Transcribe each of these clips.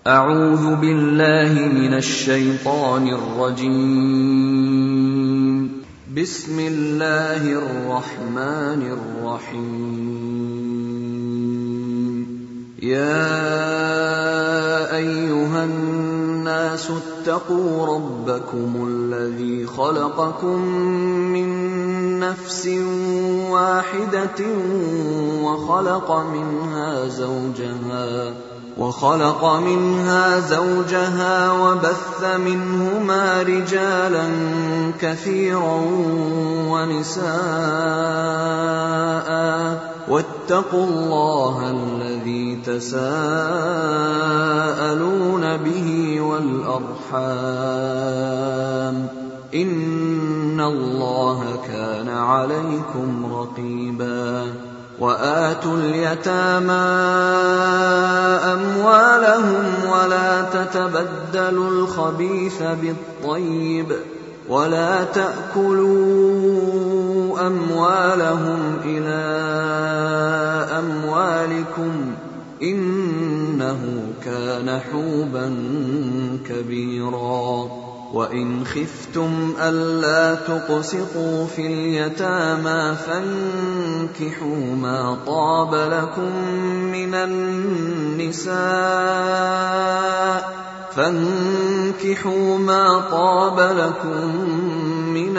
أعوذ بالله من الشيطان الرجيم. بسم الله الرحمن الرحيم. يا أيها الناس اتقوا ربكم الذي خلقكم من نفس واحدة وخلق منها زوجها وبث منهما رجالا كثيرا ونساء واتقوا الله الذي تساءلون به والأرحام إن الله كان عليكم رقيبا. وآتوا اليتامى أموالهم ولا تتبدلوا الخبيث بالطيب ولا تأكلوا أموالهم إلى أموالكم إنه كان حوبا كبيرا. وإن خفتم ألا تقسطوا في اليتامى فانكحوا ما طاب لكم من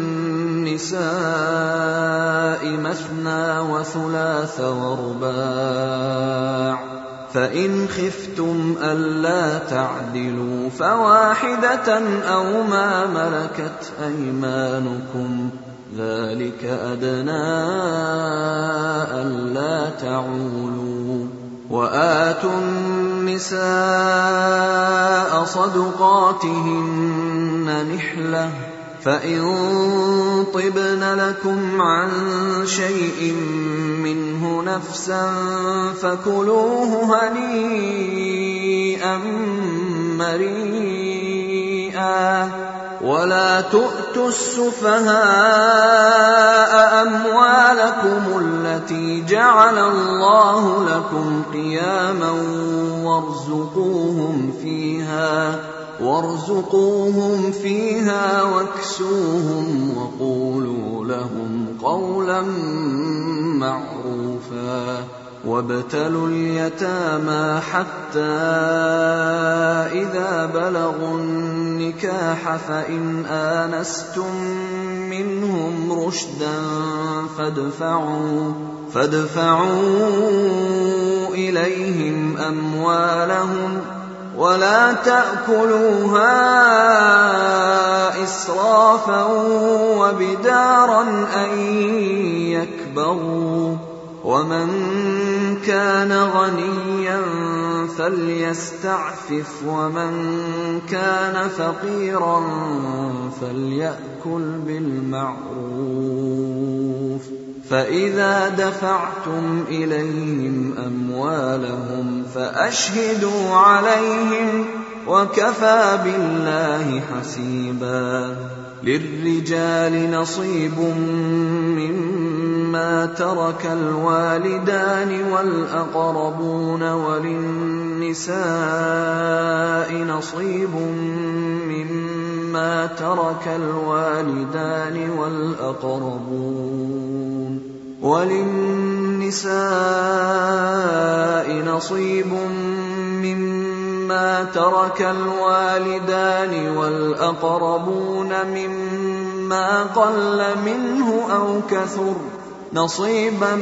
النساء مثنى وثلاث ورباع، فإن خفتم ألا تعدلوا فواحدة أو ما ملكت أيمانكم ذلك أدنى ألا تعولوا. وآتوا النساء صدقاتهن نحلة، فإن طبن لكم عن شيء منه نفسا فكلوه هنيئا مريئا. ولا تؤتوا السفهاء أموالكم التي جعل الله لكم قياما وارزقوهم فيها واكسوهم وقولوا لهم قولا معروفا. وابتلوا اليتامى حتى إذا بلغوا النكاح فإن آنستم منهم رشدا فادفعوا إليهم أموالهم ولا تأكلوها إسرافا وبدارا أن يكبروا. ومن كان غنيا فليستعفف ومن كان فقيرا فليأكل بالمعروف. فإذا دفعتم إليهم أموالهم فأشهدوا عليهم وكفى بالله حسيبا. للرجال نصيب مما ترك الوالدان والأقربون وللنساء نصيب مما ترك الوالدان والأقربون مما قل منه أو كثر نصيبا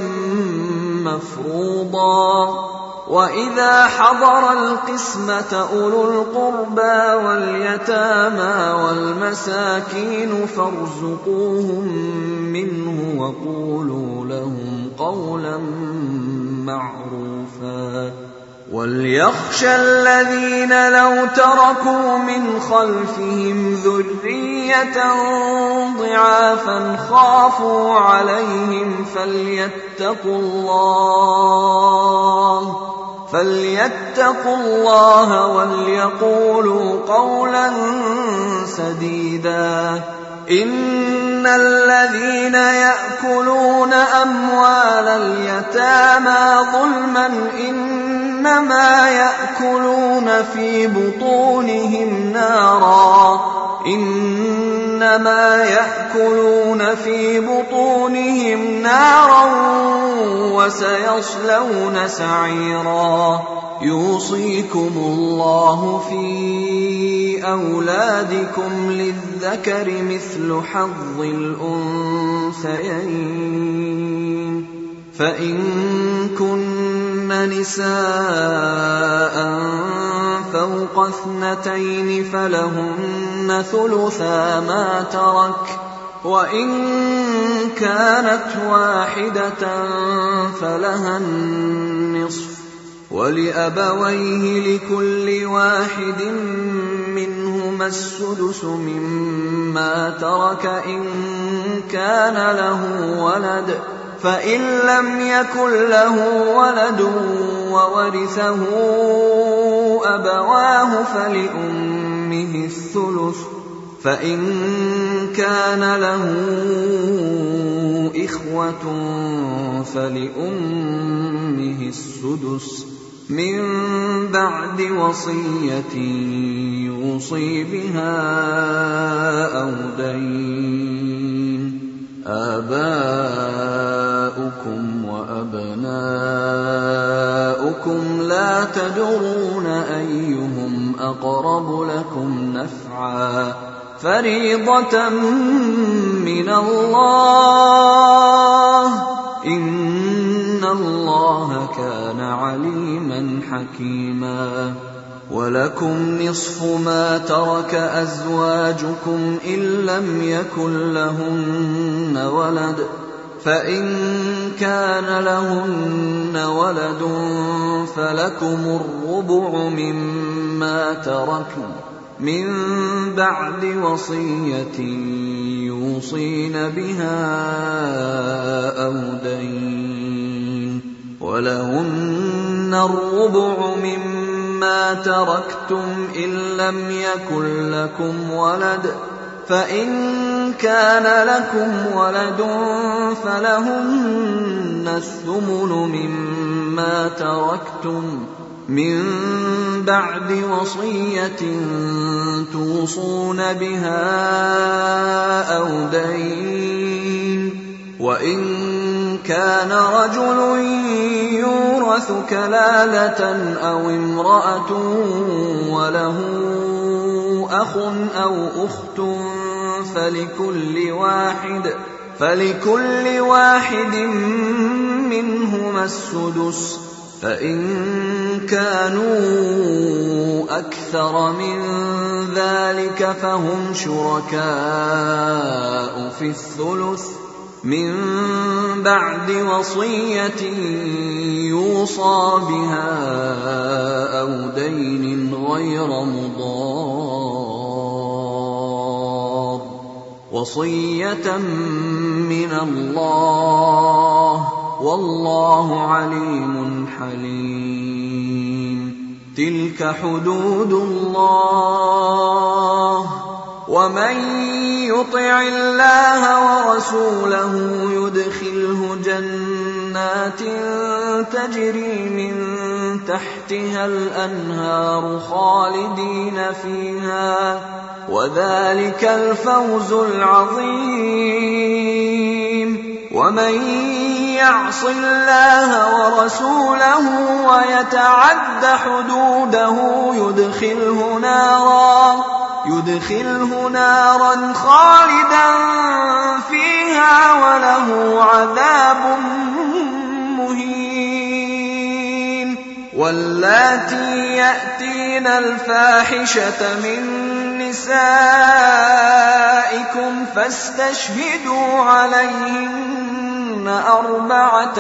مفروضا. وإذا حضر القسمة أولو القربى واليتامى والمساكين فارزقوهم منه وقولوا لهم قولا معروفا. وليخشى الذين لو تركوا من خلفهم ذرية ضعافا خافوا عليهم فليتقوا الله وليقولوا قولا سديدا. إن الذين يأكلون أموال اليتامى ظلما إنما يأكلون في بطونهم نارا وسيصلون سعيرا. يوصيكم الله في أولادكم للذكر مثل حظ الأنثيين، فإن كن نساء فوق 2 فلهن ثلثا ما ترك، وإن كانت واحدة فلها النصف، ولأبويه لكل واحد منهما السدس مما ترك إن كان له ولد، فإن لم يكن له ولد وورثه أبواه فلأمه الثلث، فإن كان له إخوة فلأمه السدس من بعد وصية يوصي بها أو دين. آباؤكم وأبناؤكم لا تدرون أيهم أقرب لكم نفعا، فريضة من الله، إن الله كان عليما حكيما. ولكم نصف ما ترك أزواجكم إن لم يكن لهن ولد، فإن كان لهن ولد فلكم الربع مما تركن من بعد وصية يوصين بها أو دين، ولهن الربع مما تركتم إن لم يكن لكم ولد، فإن كان لكم ولد فلهن الثمن مما تركتم من بعد وصية توصون بها أو دين. وإن كان رجل يورث كلالة أو امرأة وله أخ أو أخت فلكل واحد منهما السدس، فإن كانوا أكثر من ذلك فهم شركاء في الثلث من بعد وصية يوصى بها أو دين غير مضار، وصية من الله، والله عليم حليم. تلك حدود الله، ومن يطع الله ورسوله يدخله جنات تجري من تحتها الأنهار خالدين فيها، وذلك الفوز العظيم. ومن يعص الله ورسوله ويتعد حدوده يدخله نارا خالدا فيها وله عذاب مهين. واللاتي يأتين الفاحشة من نسائكم فاستشهدوا عليهن 4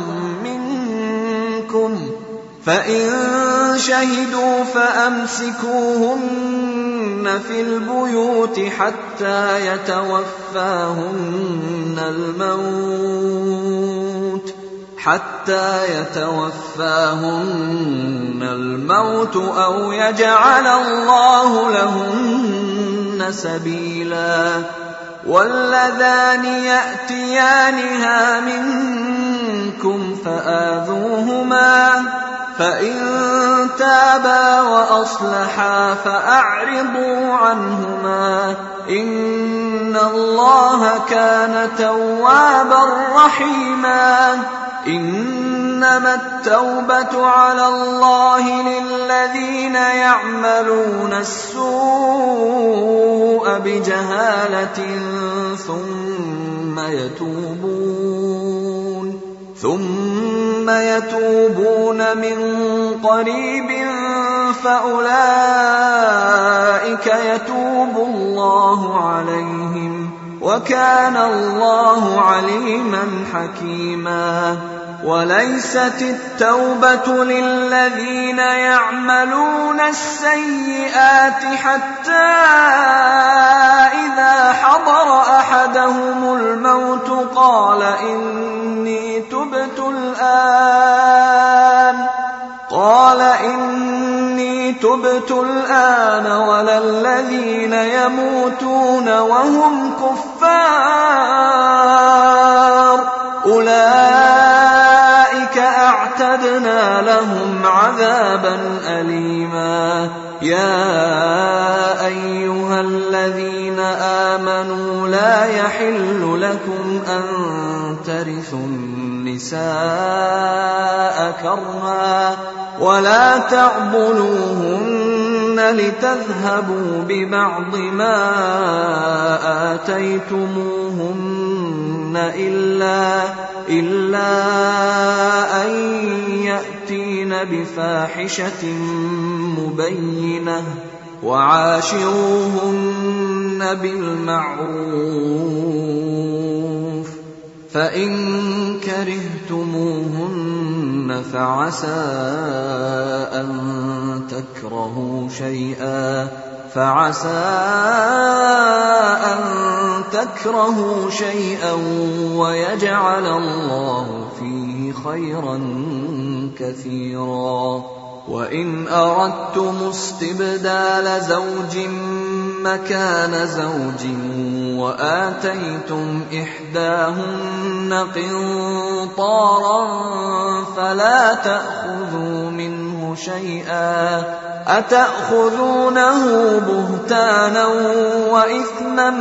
منكم، فإن شهدوا فأمسكوهن في البيوت حتى يتوفاهن الموت أو يجعل الله لهن سبيلا. واللذان يأتيانها منكم فإن تابا وأصلحا فأعرضوا عنهما إن الله كان توابا رحيما إنما التوبة على الله للذين يعملون السوء بجهالة ثم يتوبون من قريب فأولئك يتوب الله عليهم وكان الله عليما حكيما وليست التوبة للذين يعملون السيئات حتى إذا حضر أحدهم الموت قال إني تبت الآن ولا الذين يموتون وهم كفار أولئك أعتدنا لهم عذابا أليما يا أيها الذين آمنوا لا يحل لكم أن ترثوا النساء كرها ولا تعضلوهن لتذهبوا ببعض ما آتيتموهن إلا أن يأتين بفاحشة مبينة وعاشروهن بالمعروف فإن كرهتموهن فعسى أن تكرهوا شيئا ويجعل الله فيه خيرا كثيرا وإن أردتم استبدال زوج مكان زوج وآتيتم إحداهن قنطارا فلا تأخذوا منه شيئا أتأخذونه بهتانا وإثما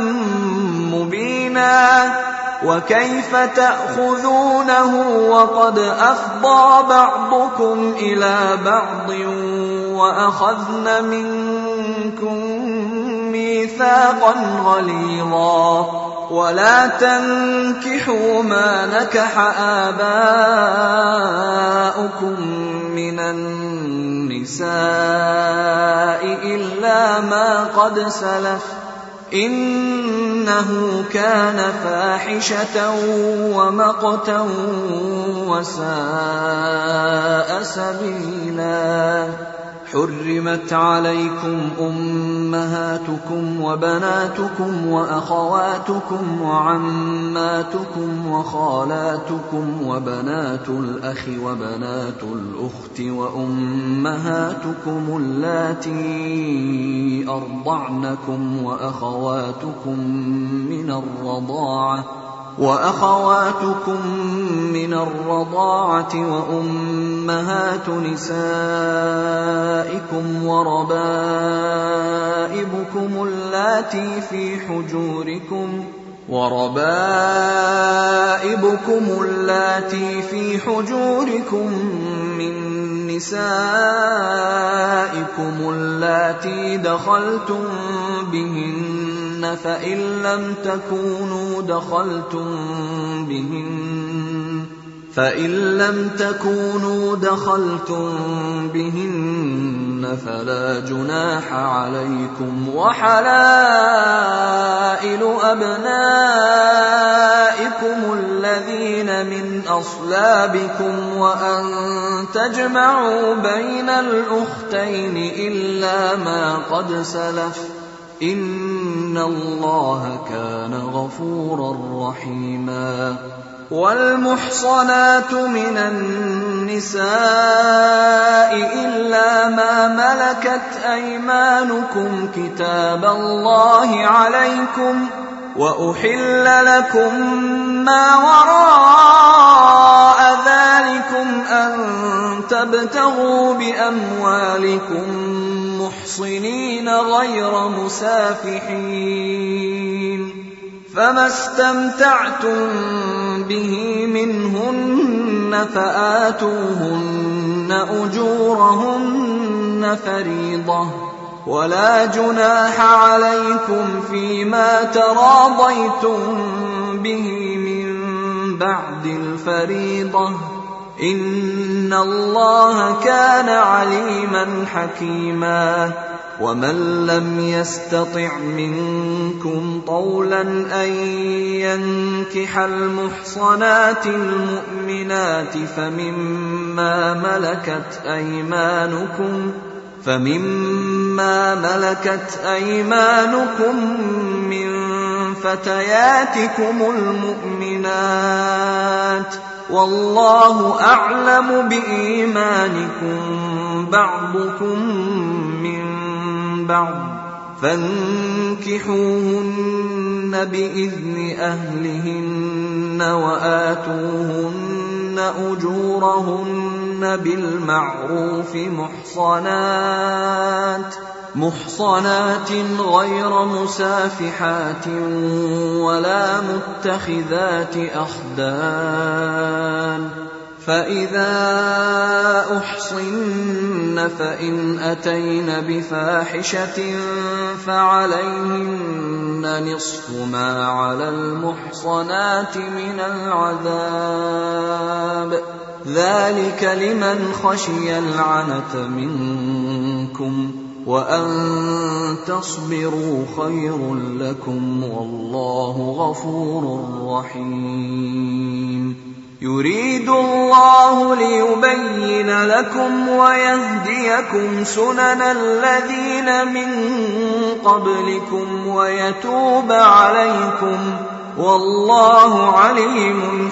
مبينا وكيف تأخذونه وقد أفضى بعضكم إلى بعض وأخذن منكم ميثاقا غليظا ولا تنكحوا ما نكح آباؤكم من النساء إلا ما قد سلف إنه كان فاحشة ومقتا وساء سبيلا حرمت عليكم أمهاتكم وبناتكم وأخواتكم وعماتكم وخالاتكم وبنات الأخ وبنات الأخت وأمهاتكم اللاتي أرضعنكم وأخواتكم من الرضاعة وأمهات نسائكم وربائبكم اللاتي في حجوركم من نسائكم اللاتي دخلتم بهن فإن لم تكونوا دخلتم بهن فلا جناح عليكم وحلائل أبنائكم الذين من أصلابكم وأن تجمعوا بين الأختين إلا ما قد سلف إن الله كان غفورا رحيما والمحصنات من النساء إلا ما ملكت أيمانكم كتاب الله عليكم وأحل لكم ما وراء ذلكم أن تبتغوا بأموالكم محصنين غير مسافحين، فما استمتعتم به منهن فآتوهن أجورهن فريضة، ولا جناح عليكم فيما تراضيتم به من بعد الفريضة، إن الله كان عليما حكيما. ومن لم يستطع منكم طولا أن ينكح المحصنات المؤمنات فمما ملكت أيمانكم من فتياتكم المؤمنات، والله أعلم بإيمانكم بعضكم من بعض، فانكحوهن بإذن أهلهن وآتوهن أجورهن بالمعروف محصنات غير مسافحات ولا متخذات أخدان، فإذا أحصن فإن أتين بفاحشة فعليهن نصف ما على المحصنات من العذاب، ذلك لمن خشي العنة منكم، وأن تصبروا خير لكم، والله غفور رحيم. يريد الله ليبين لكم ويهديكم سنن الذين من قبلكم ويتوب عليكم، والله عليم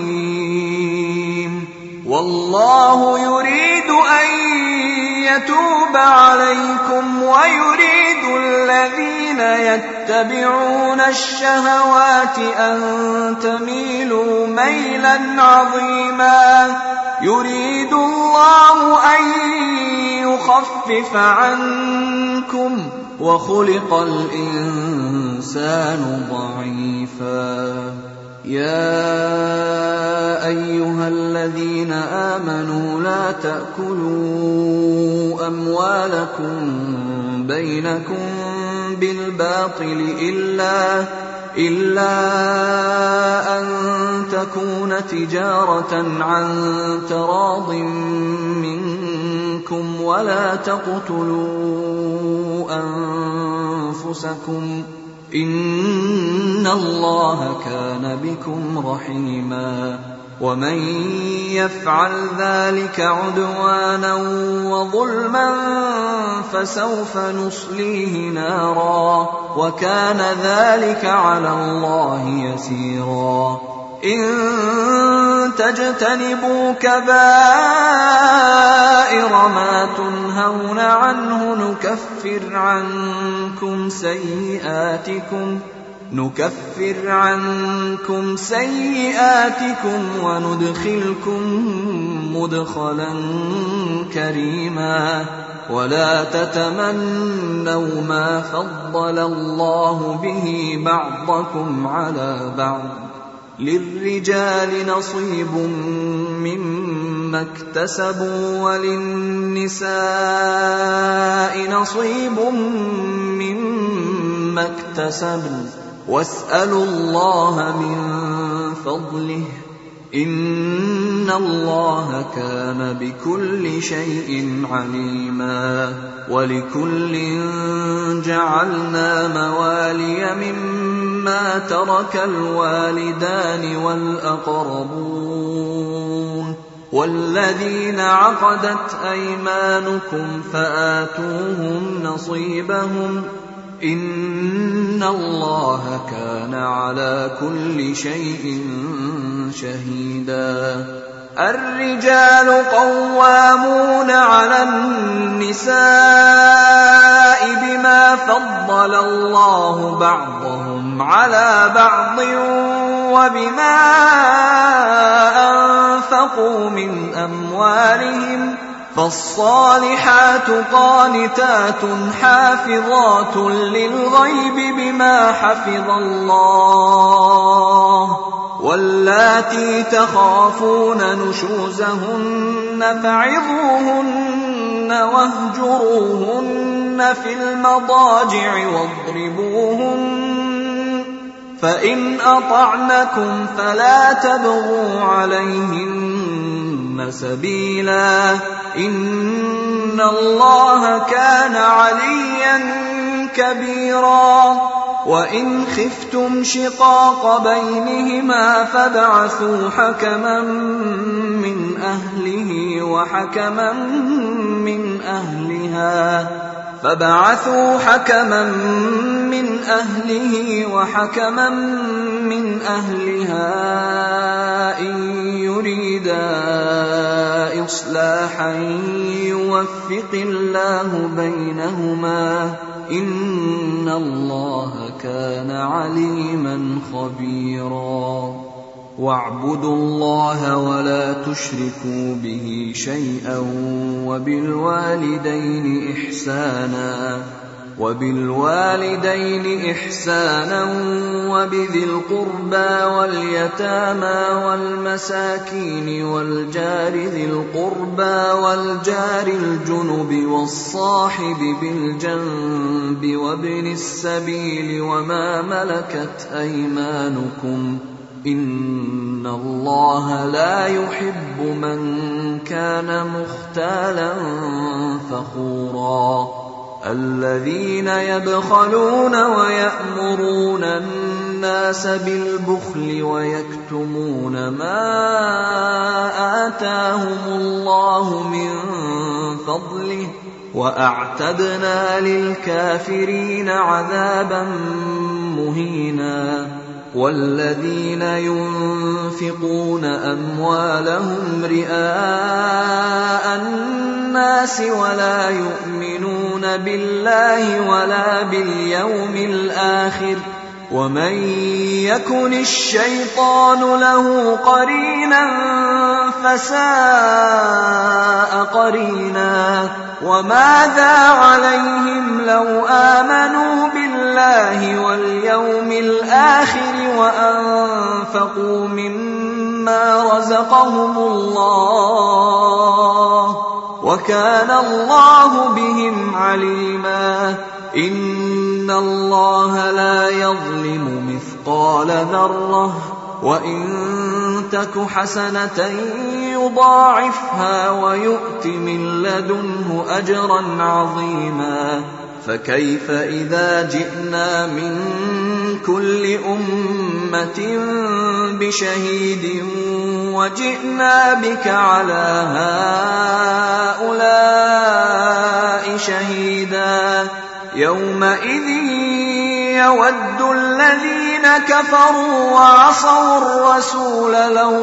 حكيم. والله يريد أن يتوب عليكم ويريد الذين يتبعون الشهوات أن تميلوا ميلا عظيما. يريد الله أن يخفف عنكم وخلق الإنسان ضعيفا. يا أيها الذين آمنوا لا تأكلوا أموالكم بينكم بالباطل إلا أن تكون تجارة عن تراض منكم، ولا تقتلوا أنفسكم، إن الله كان بكم رحيما. ومن يفعل ذلك عدوانا وظلما فسوف نصليه نارا، وكان ذلك على الله يسيرا. إن تجتنبوا كبائر ما تنهون عنه نكفر عنكم سيئاتكم وندخلكم مدخلا كريما. ولا تتمنوا ما فضل الله به بعضكم على بعض، للرجال نصيب مما اكتسبوا وللنساء نصيب مما اكتسبن، واسألوا الله من فضله، إن الله كان بكل شيء عليما. ولكل جعلنا موالي مما ترك الوالدان والأقربون والذين عقدت أيمانكم فآتوهم نصيبهم، إن الله كان على كل شيء شهيدا. الرجال قوامون على النساء بما فضل فضل الله بعضهم على بعض وبما أنفقوا من أموالهم فالصالحات قانتات حافظات للغيب بما حفظ الله واللاتي تخافون نشوزهن فعظوهن واهجروهن في المضاجع واضربوهن فإن أطعنكم فلا تبغوا عليهن سبيلا إن الله كان عليا كبيرا وإن خفتم شقاق بينهما فابعثوا حكما من أهله وحكما من أهلها إن يريدا إصلاحا يوفق الله بينهما إن الله كان عليما خبيرا واعبدوا الله ولا تشركوا به شيئا وبالوالدين إحسانا وبذي القربى واليتامى والمساكين والجار ذي القربى والجار الجنب والصاحب بالجنب وابن السبيل وما ملكت أيمانكم إن الله لا يحب من كان مختالا فخورا الذين يبخلون ويأمرون الناس بالبخل ويكتمون ما آتاهم الله من فضله وأعتدنا للكافرين عذابا مهينا والذين ينفقون أموالهم رئاء الناس ولا يؤمنون بالله ولا باليوم الآخر ومن يكن الشيطان له قرينا فساء قرينا وماذا عليهم لو آمنوا بالله واليوم الآخر وأنفقوا مما رزقهم الله وكان الله بهم عليما إن الله لا يظلم مثقال ذرة وإن تك حسنة يضاعفها ويؤت من لدنه أجرا عظيما فكيف إذا جئنا من كل أمة بشهيد وجئنا بك على هؤلاء شهيدا يومئذ يود الذين كفروا وعصوا الرسول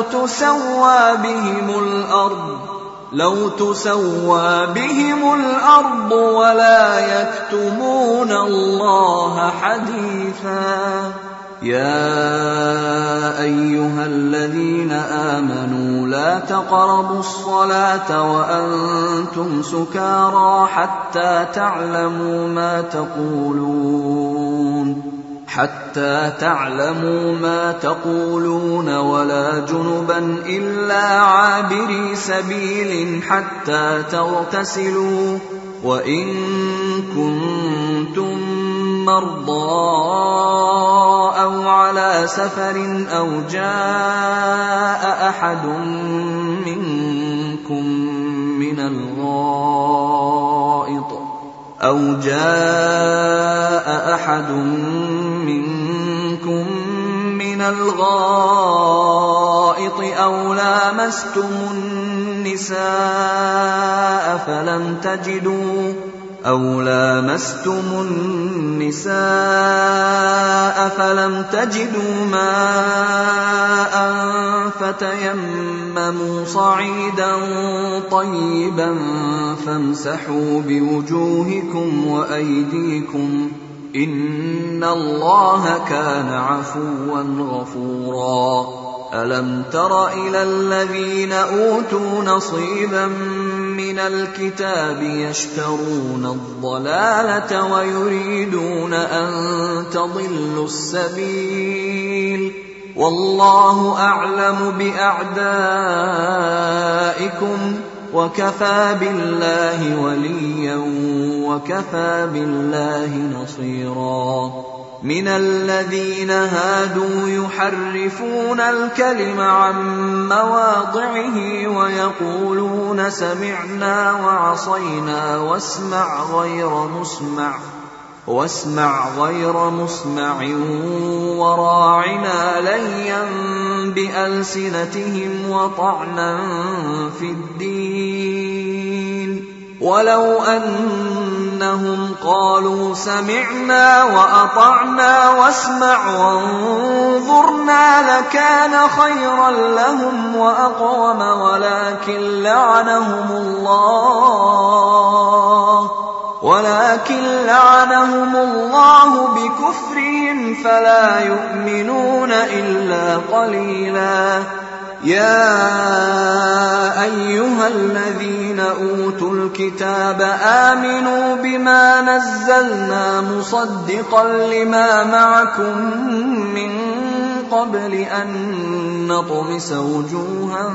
لو تسوى بهم الأرض ولا يكتمون الله حديثا يا أيها الذين آمنوا لا تقربوا الصلاة وأنتم سكارى حتى تعلموا ما تقولون ولا جنبا إلا عابري سبيل حتى تغتسلوا وإن كنتم مرضى أو على سفر أو جاء أحد منكم من الغائط أو لامستم النساء فلم تجدوا ماء فتيمموا صعيدا طيبا فامسحوا بوجوهكم إن الله كان عفوا غفورا ألم تر إلى الذين أوتوا نصيبا من الكتاب يشترون الضلالة ويريدون أن تضلوا السبيل والله أعلم بأعدائكم وكفى بالله وليا وكفى بالله نصيرا من الذين هادوا يحرفون الكلم عن مواضعه ويقولون سمعنا وعصينا واسمع غير مسمع وراعنا ليا بألسنتهم وطعنا في الدين ولو أنهم قالوا سمعنا وأطعنا واسمع وانظرنا لكان خيرا لهم وأقوم ولكن لعنهم الله بكفرهم فلا يؤمنون إلا قليلا يا أيها الذين أوتوا الكتاب آمنوا بما نزلنا مصدقا لما معكم من قبل أن نطمس وجوها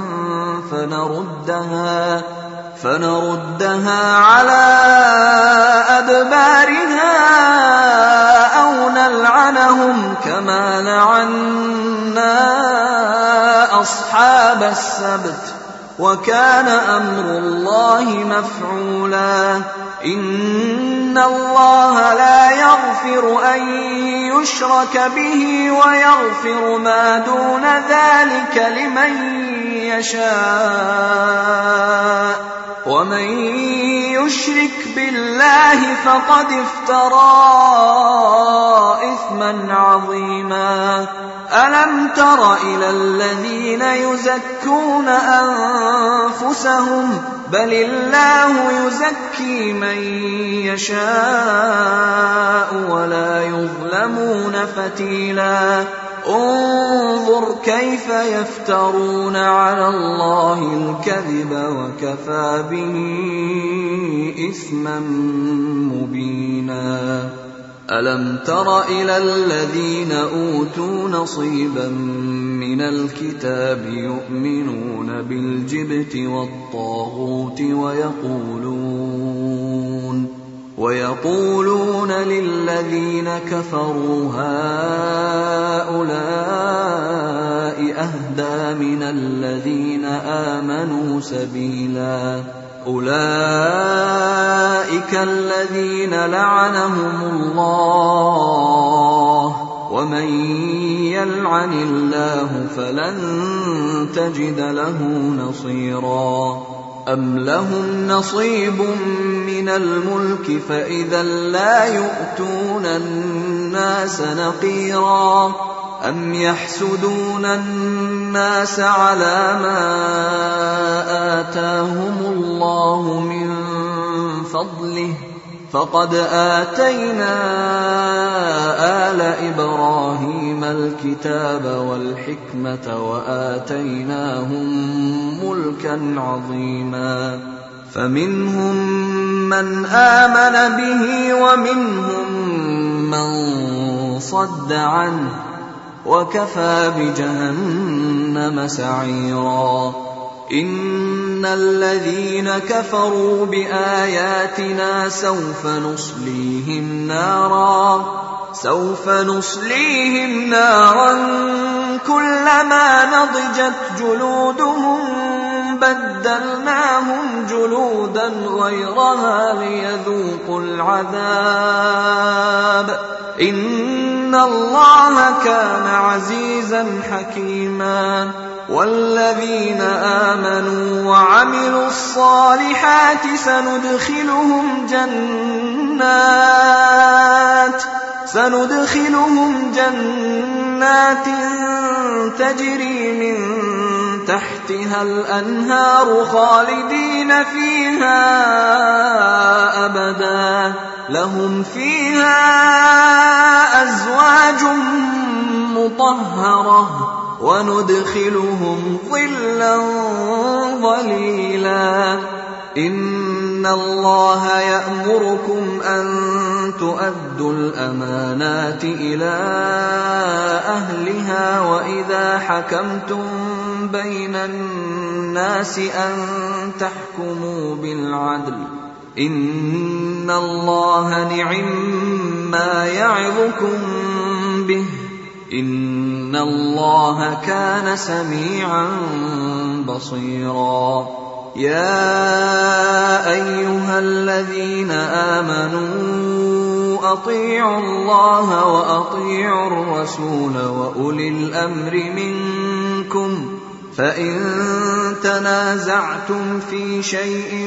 فنردها على أدبارها أو نلعنهم كما لعنا أصحاب السبت وكان أمر الله مفعولا إن الله لا يغفر أن يشرك به ويغفر ما دون ذلك لمن يشاء ومن يشرك بالله فقد افترى إثما عظيما ألم تر إلى الذين يزكون أنفسهم بل الله يزكي من يشاء ولا يظلمون فتيلا انظر كيف يفترون على الله الكذب وكفى به إثما مبينا ألم تر إلى الذين أوتوا نصيبا من الكتاب يؤمنون بالجبت والطاغوت ويقولون للذين كفروا هؤلاء أهدى من الذين آمنوا سبيلا أولئك الذين لعنهم الله ومن يلعن الله فلن تجد له نصيرا أم لهم نصيب من الملك فإذا لا يؤتون الناس نقيرا أم يحسدون الناس على ما آتاهم الله من فضله فقد آتينا آل إبراهيم الكتاب والحكمة وآتيناهم ملكا عظيما فمنهم من آمن به ومنهم من صد عنه وكفى بجهنم سعيرا إن الذين كفروا بآياتنا سوف نصليهم نارا كلما نضجت جلودهم بدلناهم جلودا غيرها ليذوقوا العذاب إن الله كان عزيزا حكيما والذين آمنوا وعملوا الصالحات سندخلهم جنات تجري من تحتها الأنهار خالدين فيها أبدا لهم فيها أزواج مطهرة وندخلهم ظلا ظليلا إن الله يأمركم أن تؤدوا الأمانات إلى أهلها وإذا حكمتم بين الناس أن تحكموا بالعدل إن الله نعما يعظكم به إن الله كان سميعا بصيرا يا أيها الذين آمنوا أطيعوا الله وأطيعوا الرسول وأولي الأمر منكم فإن تنازعتم في شيء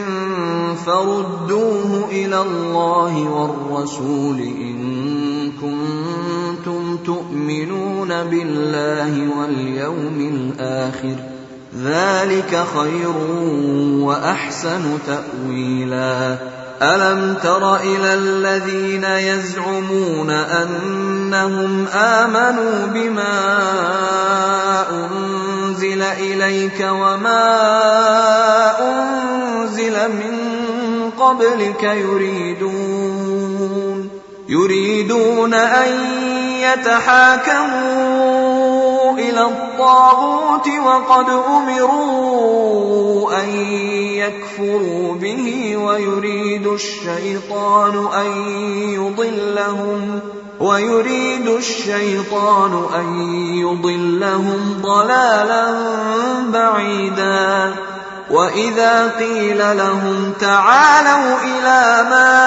فردوه إلى الله والرسول إن كنتم تؤمنون بالله واليوم الآخر ذلك خير وأحسن تأويلا ألم تر إلى الذين يزعمون أنهم آمنوا بما أنزل إليك وما أنزل من قبلك يريدون أن يتحاكموا إلى الطاغوت وقد أمروا أن يكفروا به ويريد الشيطان أن يضلهم ضلالا بعيدا وإذا قيل لهم تعالوا إلى ما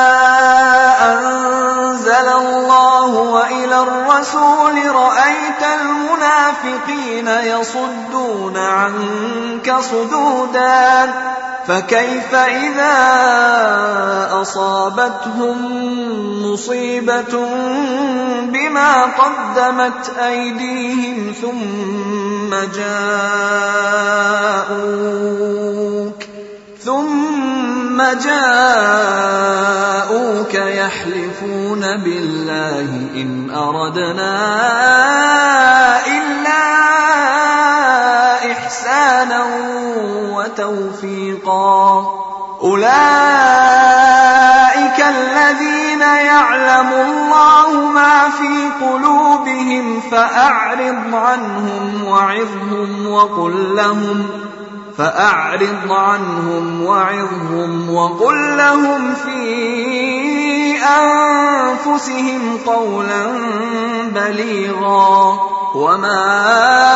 أنزل الله وإلى الرسول رأيت المنافقين يصدون عنك صدودا فكيف إذا أصابتهم مصيبة بما قدمت أيديهم ثم جاءوك يحلفون بالله إن أردنا إلا إحسانا وتوفيقا أولئك الذين يعلم الله ما في قلوبهم فأعرض عنهم وقل لهم في أنفسهم قولا بليغا وما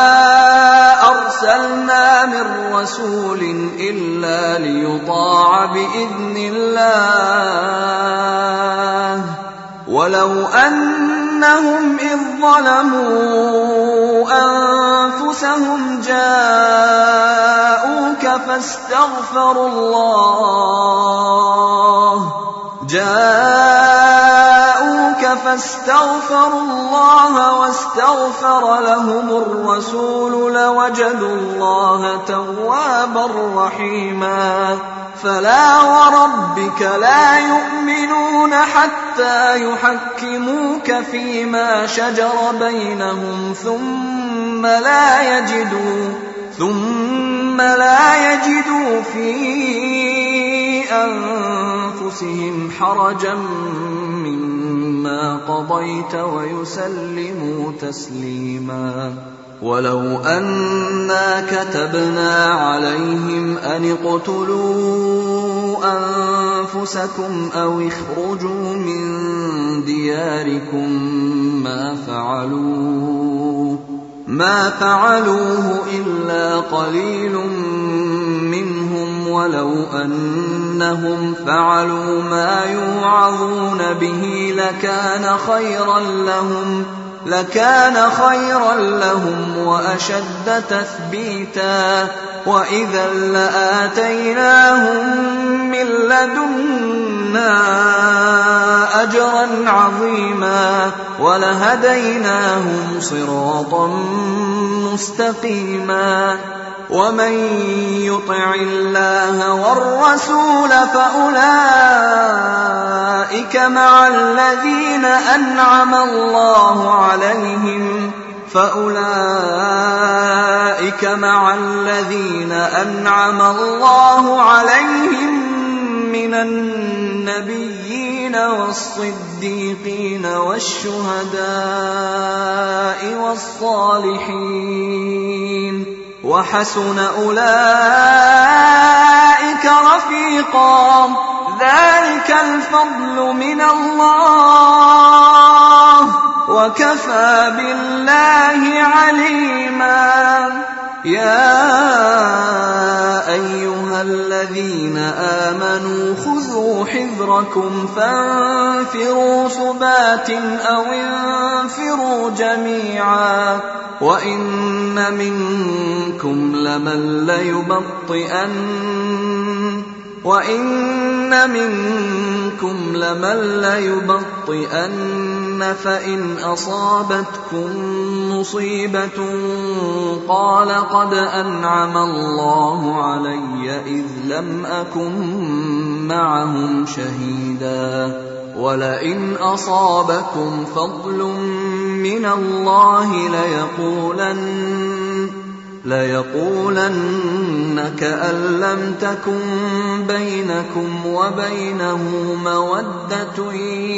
أرسلنا من رسول إلا ليطاع بإذن الله ولو أنهم إذ ظلموا أنفسهم جاءوك فاستغفروا الله واستغفر لهم الرسول لوجدوا الله توابا رحيما فلا وربك لا يؤمنون حتى يحكموك فيما شجر بينهم ثم لا يجدوا في أنفسهم حرجا مما قضيت ويسلموا تسليما ولو أنا كتبنا عليهم أن اقتلوا أنفسكم أو اخرجوا من دياركم ما فعلوه إلا قليل منهم ولو أنهم فعلوا ما يوعظون به لكان خيرا لهم وأشد تثبيتا وإذا لآتيناهم من لدنا أجرا عظيما ولهديناهم صراطا مستقيما ومن يطع الله والرسول فأولئك مع الذين أنعم الله عليهم من النبيين والصديقين والشهداء والصالحين وحسن أولئك رفيقا ذلك الفضل من الله وكفى بالله عليما يا أيها الذين آمنوا خذوا حذركم فانفروا ثبات أو انفروا جميعا وإن منكم لمن ليبطئن فإن أصابتكم مصيبة قال قد أنعم الله علي إذ لم أكن معهم شهيدا ولئن أصابكم فضل من الله ليقولن كأن لم تكن بينكم وبينه مودة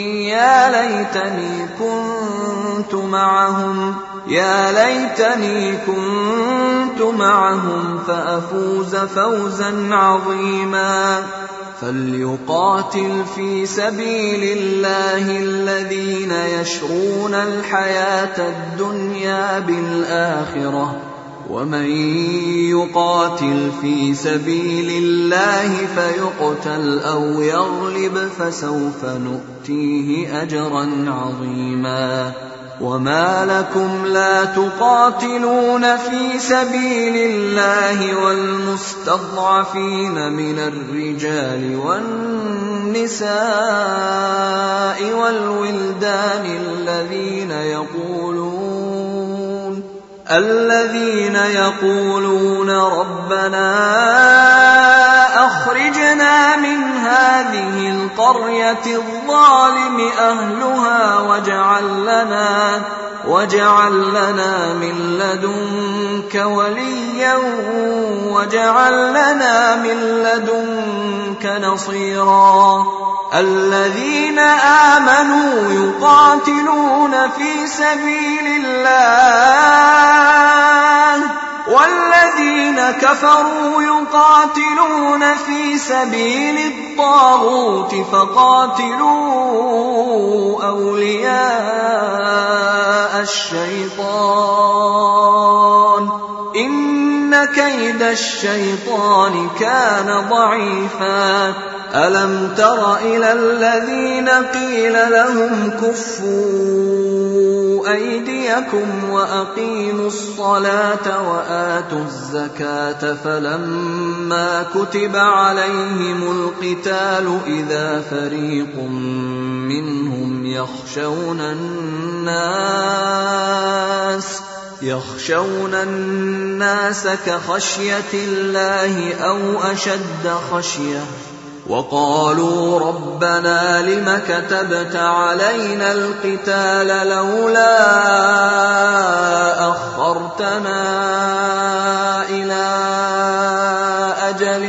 يا ليتني كنت معهم فأفوز فوزا عظيما فليقاتل في سبيل الله الذين يشرون الحياة الدنيا بالآخرة ومن يقاتل في سبيل الله فيقتل أو يغلب فسوف نؤتيه أجرا عظيما وما لكم لا تقاتلون في سبيل الله والمستضعفين من الرجال والنساء والولدان الذين يقولون ربنا أخرجنا من هذه القرية الظالم أهلها واجعل لنا من لدنك وليا واجعل لنا من لدنك نصيرا الذين آمنوا يقاتلون في سبيل الله والذين كفروا يقاتلون في سبيل الطاغوت فقاتلوا أولياء الشيطان إن كيد الشيطان كان ضعيفا ألم تر إلى الذين قيل لهم كفوا أيديكم وأقيموا الصلاة وآتوا الزكاة فلما كتب عليهم القتال إذا فريق منهم يخشون الناس كخشية الله أو أشد خشية وقالوا ربنا لم كتبت علينا القتال لولا أخرتنا إلى أجل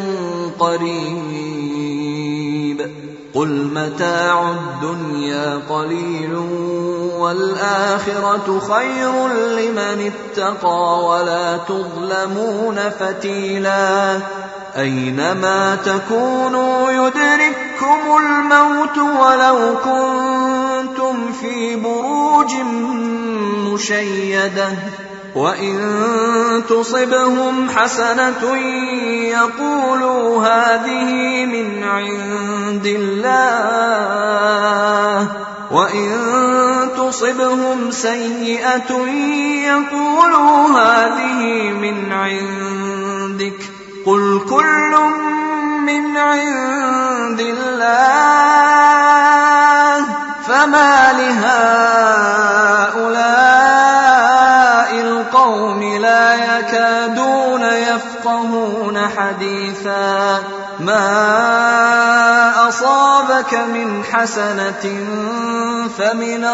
قريب قل متاع الدنيا قليل والآخرة خير لمن اتقى ولا تظلمون فتيلا أينما تكونوا يدرككم الموت ولو كنتم في بروج مشيدة وإن تصبهم حسنة يقولوا هذه من عند الله وإن تصبهم سيئة يقولوا هذه من عندك قل كل من عند الله فما لهؤلاء القوم لا يكادون أصابك من حسنة فمن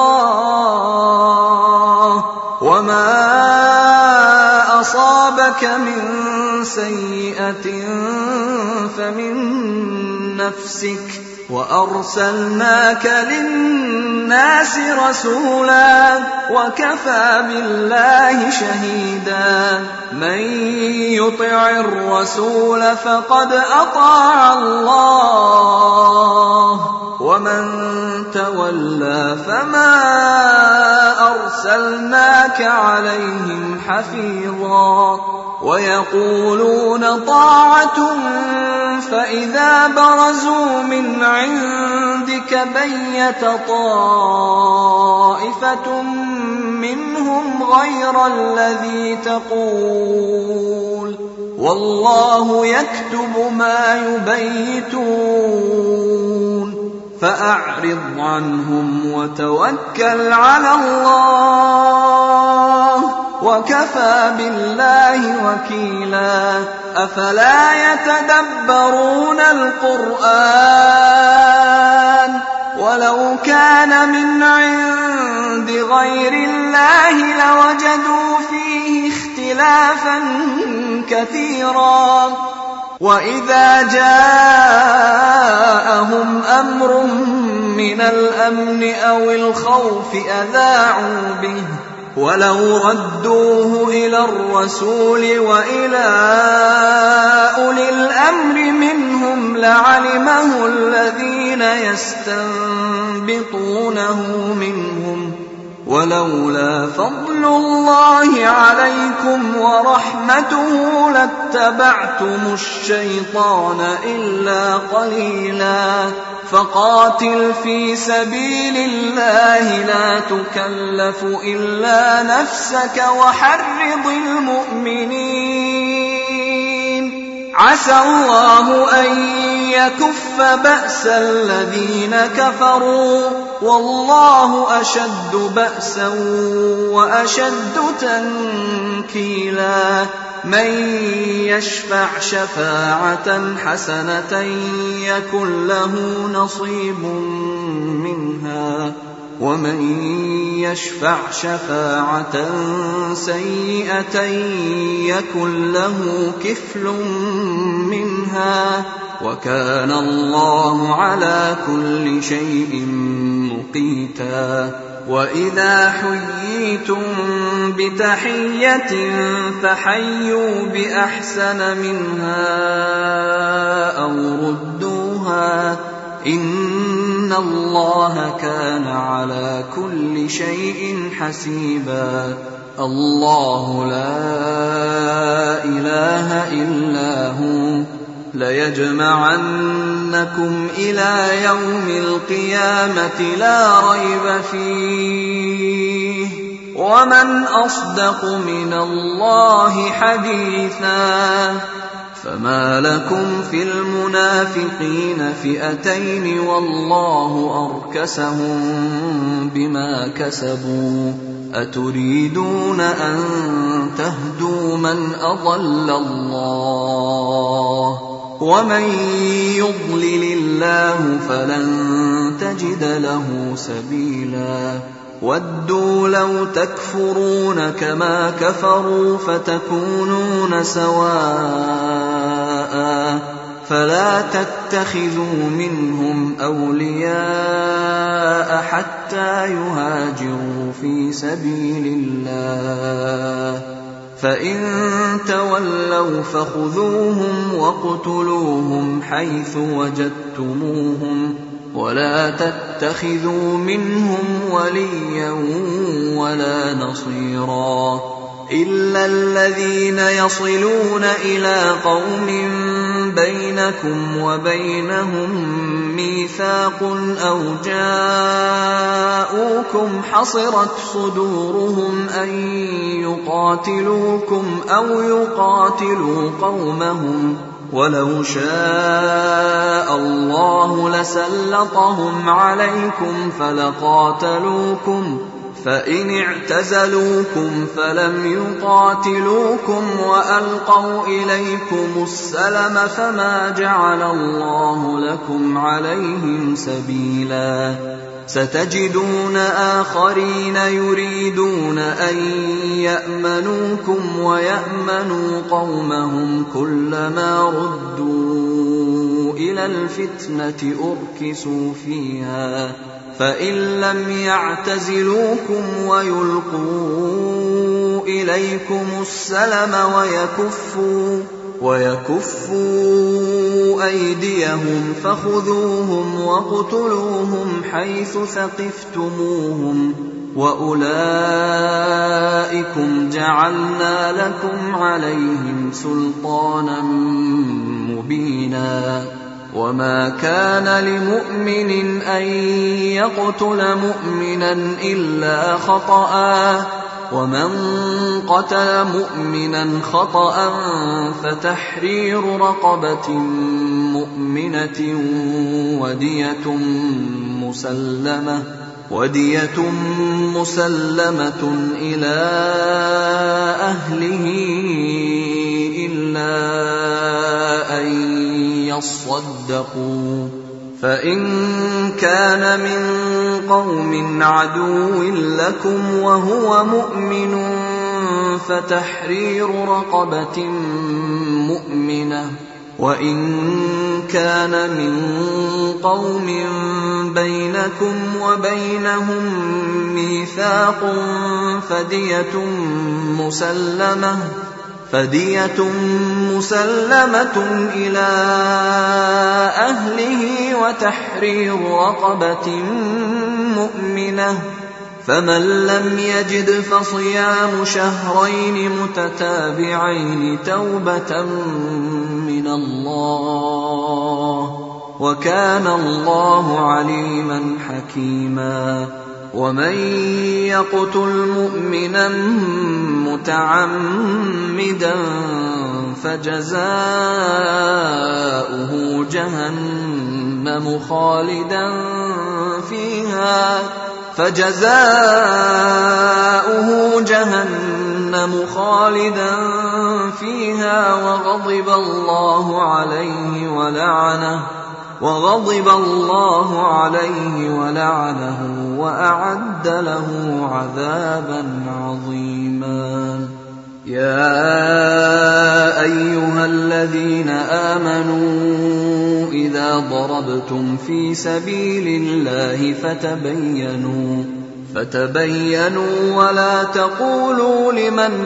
الله، وما أصابك من سيئة فمن نفسك، وأرسلناك للناس رسولا وكفى بالله شهيدا. من يطع الرسول فقد أطاع الله، ومن تولى فما أرسلناك عليهم حفيظا. ويقولون طاعة فإذا برزوا من عندك بيت طائفة منهم غير الذي تقول، والله يكتب ما يبيتون. فأعرض عنهم وتوكل على الله، وكفى بالله وكيلا. أفلا يتدبرون القرآن ولو كان من عند غير الله لوجدوا فيه اختلافا كثيرا. وإذا جاءهم أمر من الأمن أو الخوف أذاعوا به، ولو ردوه إلى الرسول وإلى أولي الأمر منهم لعلمه الذين يستنبطونه منهم، ولولا فضل الله عليكم ورحمته لاتبعتم الشيطان إلا قليلا. فقاتل في سبيل الله لا تكلف إلا نفسك وحرض المؤمنين، عسى الله أن يكف بأس الذين كفروا، والله أشد بأسا وأشد تنكيلا. من يشفع شفاعة حسنة يكن له نصيب منها، ومن يشفع شفاعة سيئة يكن له كفل منها، وكان الله على كل شيء مقيتا. وإذا حييتم بتحية فحيوا بأحسن منها أو ردوها، إن الله كان على كل شيء حسيبا. الله لا إله إلا هو ليجمعنكم إلى يوم القيامة لا ريب فيه، ومن أصدق من الله حديثا. فما لكم في المنافقين فئتين والله أركسهم بما كسبوا، أتريدون أن تهدوا من أضل الله، ومن يضلل الله فلن تجد له سبيلا. ودوا لو تكفرون كما كفروا فتكونون سواء، فلا تتخذوا منهم أولياء حتى يهاجروا في سبيل الله، فإن تولوا فخذوهم واقتلوهم حيث وجدتموهم، ولا تتخذوا منهم وليا ولا نصيرا، إلا الذين يصلون إلى قوم بينكم وبينهم ميثاق أو جاءوكم حصرت صدورهم أن يقاتلوكم أو يقاتلوا قومهم، ولو شاء الله لسلطهم عليكم فلقاتلوكم فإن اعتزلوكم فلم يقاتلوكم وألقوا إليكم السلم فما جعل الله لكم عليهم سبيلا ستجدون آخرين يريدون أن يأمنوكم ويأمنوا قومهم كلما ردوا إلى الفتنة أركسوا فيها فإن لم يعتزلوكم ويلقوا إليكم السلم ويكفوا أيديهم فخذوهم واقتلوهم حيث ثقفتموهم وأولئكم جعلنا لكم عليهم سلطانا مبينا وما كان لمؤمن أن يقتل مؤمنا إلا خطأ ومن قتل مؤمنا خطأ فتحرير رقبة مؤمنة ودية مسلمة إلى أهله إلا أن يصدقوا فإن كان من قوم عدو لكم وهو مؤمن فتحرير رقبة مؤمنة وإن كان من قوم بينكم وبينهم ميثاق فدية مسلمة إلى أهله وتحرير رقبة مؤمنة فمن لم يجد فصيام شهرين متتابعين توبة من الله وكان الله عليما حكيما ومن يقتل مؤمنا متعمدا فجزاؤه جهنم خالدا فيها وغضب الله عليه ولعنه وأعد له عذابا عظيما يا أيها الذين آمنوا إذا ضربتم في سبيل الله فتبينوا ولا تقولوا لمن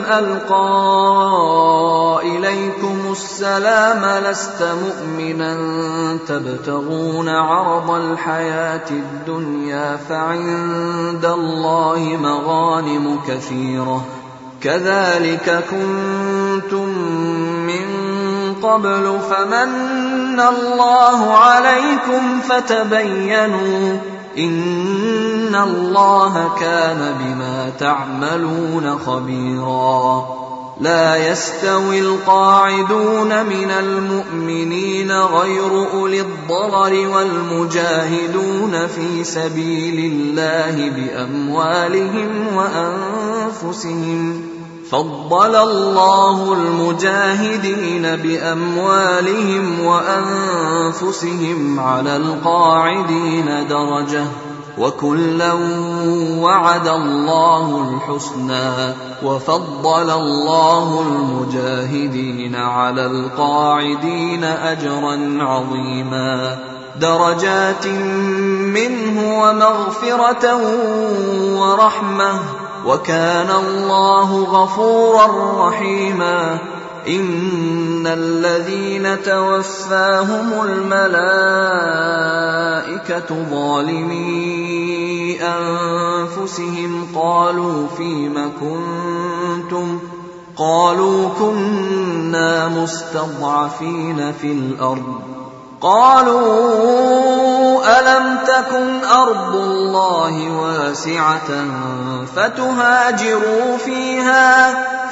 ألقى إليكم السلام لست مؤمنا تبتغون عرض الحياة الدنيا فعند الله مغانم كثيرة كذلك كنتم من قبل فمن الله عليكم فتبينوا إن الله كان بما تعملون خبيرا لا يستوي القاعدون من المؤمنين غير أولي الضرر والمجاهدون في سبيل الله بأموالهم وأنفسهم فضل الله المجاهدين بأموالهم وأنفسهم على القاعدين درجة وكلا وعد الله الحسنى وفضل الله المجاهدين على القاعدين أجرا عظيما درجات منه ومغفرة ورحمة وكان الله غفورا رحيما إن الذين توفاهم الملائكة ظالمي أنفسهم قالوا فيم كنتم قالوا كنا مستضعفين في الأرض قالوا ألم تكن أرض الله واسعة فتهاجروا فيها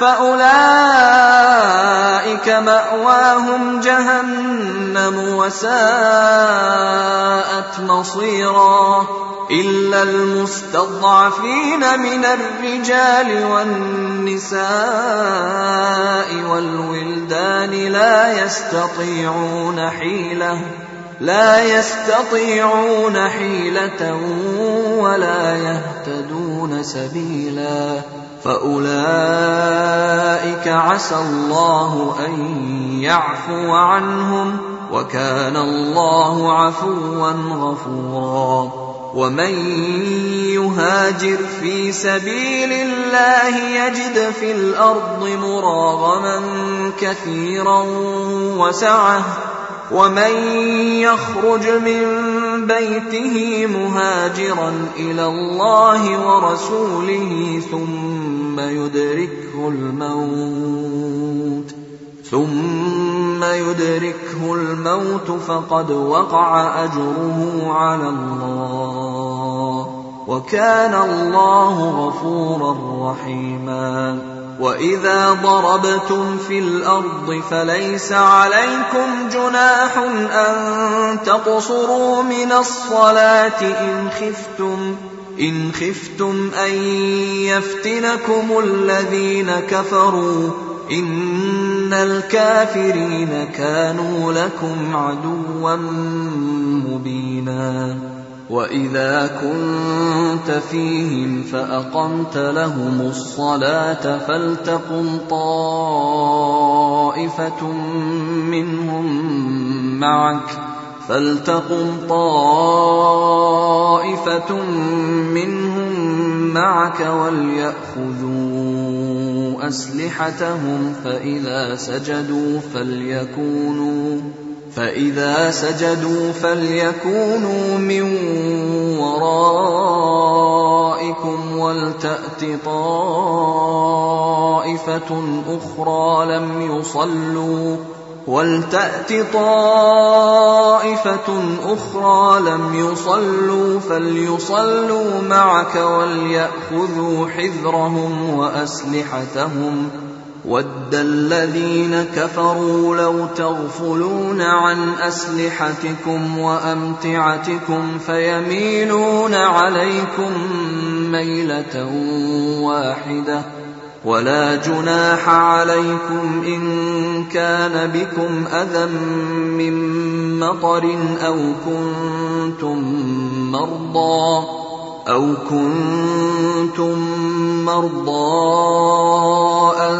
فأولئك مأواهم جهنم وساءت مصيرا إلا المستضعفين من الرجال والنساء والولدان لا يستطيعون حيلة ولا يهتدون سبيلا فأولئك عسى الله أن يعفو عنهم وكان الله عفوا غفورا ومن يهاجر في سبيل الله يجد في الأرض مراغما كثيرا وسعة ومن يخرج من بيته مهاجرا إلى الله ورسوله ثم يدركه الموت فقد وقع أجره على الله وكان الله غفورا رحيما وإذا ضربتم في الأرض فليس عليكم جناح أن تقصروا من الصلاة إن خفتم أن يفتنكم الذين كفروا إن الكافرين كانوا لكم عدوا مبينا وإذا كنت فيهم فأقمت لهم الصلاة فلتقم طائفة منهم معك وليأخذوا أسلحتهم فإذا سجدوا فليكونوا من ورائكم ولتأت طائفة أخرى لم يصلوا فليصلوا معك وليأخذوا حذرهم وأسلحتهم وَدَّ الَّذِينَ كَفَرُوا لَوْ تَغْفُلُونَ عَنْ أَسْلِحَتِكُمْ وَأَمْتِعَتِكُمْ فَيَمِيلُونَ عَلَيْكُمْ مَيْلَةً وَاحِدَةً وَلَا جُنَاحَ عَلَيْكُمْ إِن كَانَ بِكُمْ أَذًى مِّن مَّطَرٍ أَوْ كُنتُم مَّرْضَىٰ أَن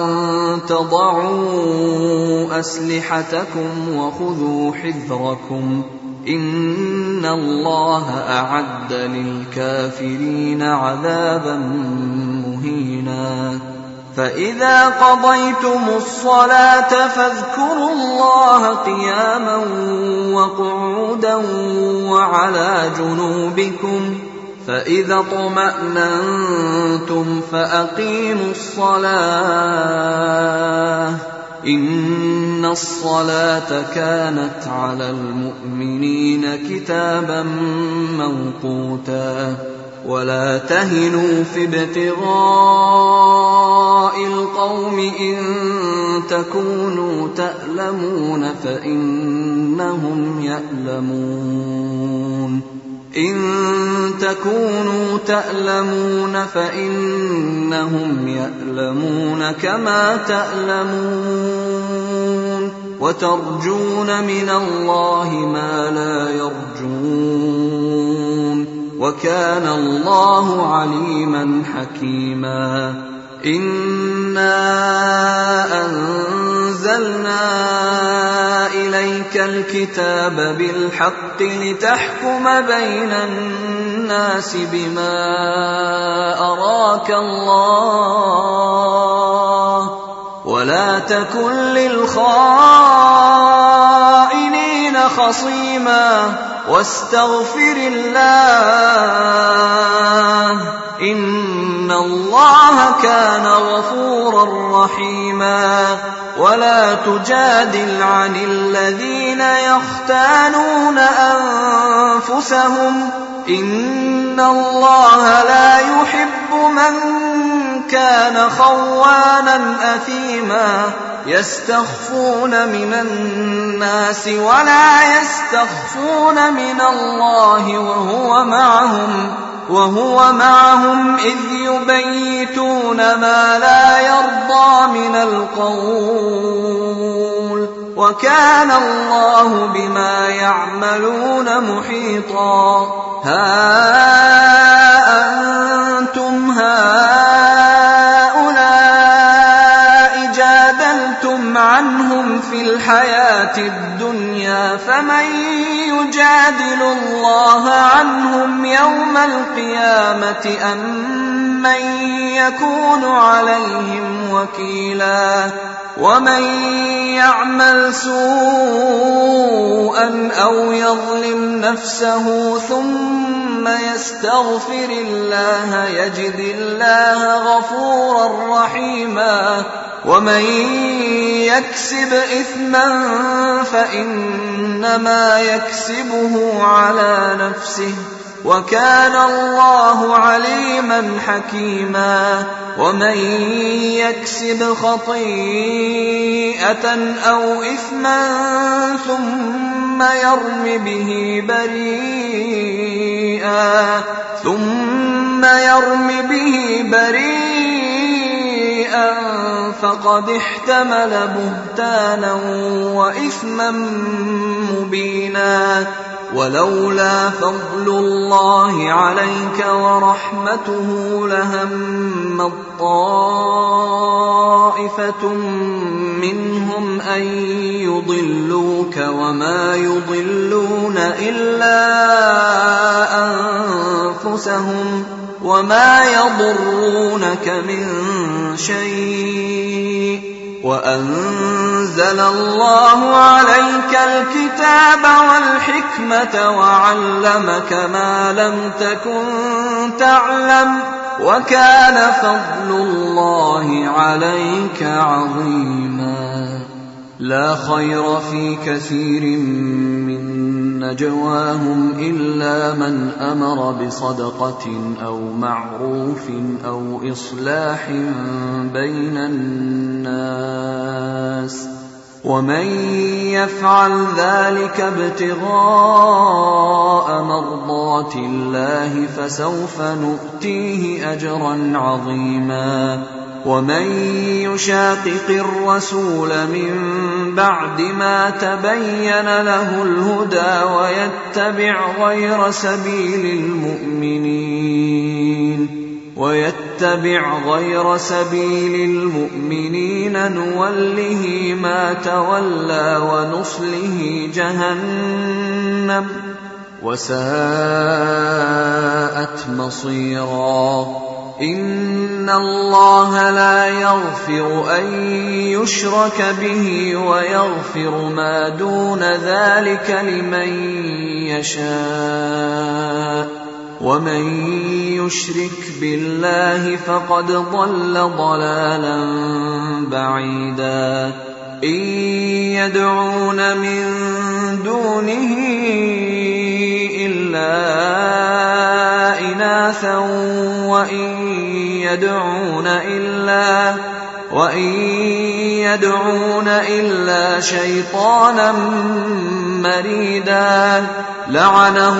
تَضَعُوا أَسْلِحَتَكُمْ وَخُذُوا حِذْرَكُمْ إِنَّ اللَّهَ أَعَدَّ لِلْكَافِرِينَ عَذَابًا مُّهِينًا فَإِذَا قَضَيْتُمُ الصَّلَاةَ فاذكروا الله قِيَامًا وَقُعُودًا وَعَلَىٰ جُنُوبِكُمْ فإذا اطمأننتم فأقيموا الصلاة إن الصلاة كانت على المؤمنين كتابا موقوتا ولا تهنوا في ابتغاء القوم إن تكونوا تألمون فإنهم يألمون كما تألمون وترجون من الله ما لا يرجون وكان الله عليما حكيما إنا أنزلنا إليك الكتاب بالحق لتحكم بين الناس بما أراك الله ولا تكن للخائنين خصيما واستغفر الله إن الله كان غفورا رحيما ولا تجادل عن الذين يختانون أنفسهم إن الله لا يحب من كان خوانا أثيما يستخفون من الناس ولا يستخفون من الله وهو معهم إذ يبيتون ما لا يرضى من القول وكان الله بما يعملون محيطا ها أنتم هؤلاء جادلتم عنهم في الحياة الدنيا فمن يجادل الله عنهم يوم القيامة أم من يكون عليهم وكيلا ومن يعمل سوءا أو يظلم نفسه ثم يستغفر الله يجد الله غفورا رحيما ومن يكسب إثما فإنما يكسبه على نفسه وكان الله عليما حكيما ومن يكسب خطيئة أو إثما ثم يرم به بريئا فقد احتمل بهتانا وإثما مبينا ولولا فضل الله عليك ورحمته لهم طائفة منهم أن يضلوك وما يضلون إلا أنفسهم وما يضرونك من شيء وأنزل الله عليك الكتاب والحكمة وعلمك ما لم تكن تعلم وكان فضل الله عليك عظيما لا خير في كثير من نجواهم إلا من أمر بصدقة أو معروف أو إصلاح بين الناس ومن يفعل ذلك ابتغاء مرضات الله فسوف نؤتيه أجرا عظيما ومن يشاقق الرسول من بعد ما تبين له الهدى ويتبع غير سبيل المؤمنين نوله ما تولى ونصله جهنم وساءت مصيرا إن الله لا يغفر أن يشرك به ويغفر ما دون ذلك لمن يشاء ومن يشرك بالله فقد ضل ضلالا بعيدا إن يدعون من دونه إلا إناثا وإن يدعون إلا شيطانا مريدا لعنه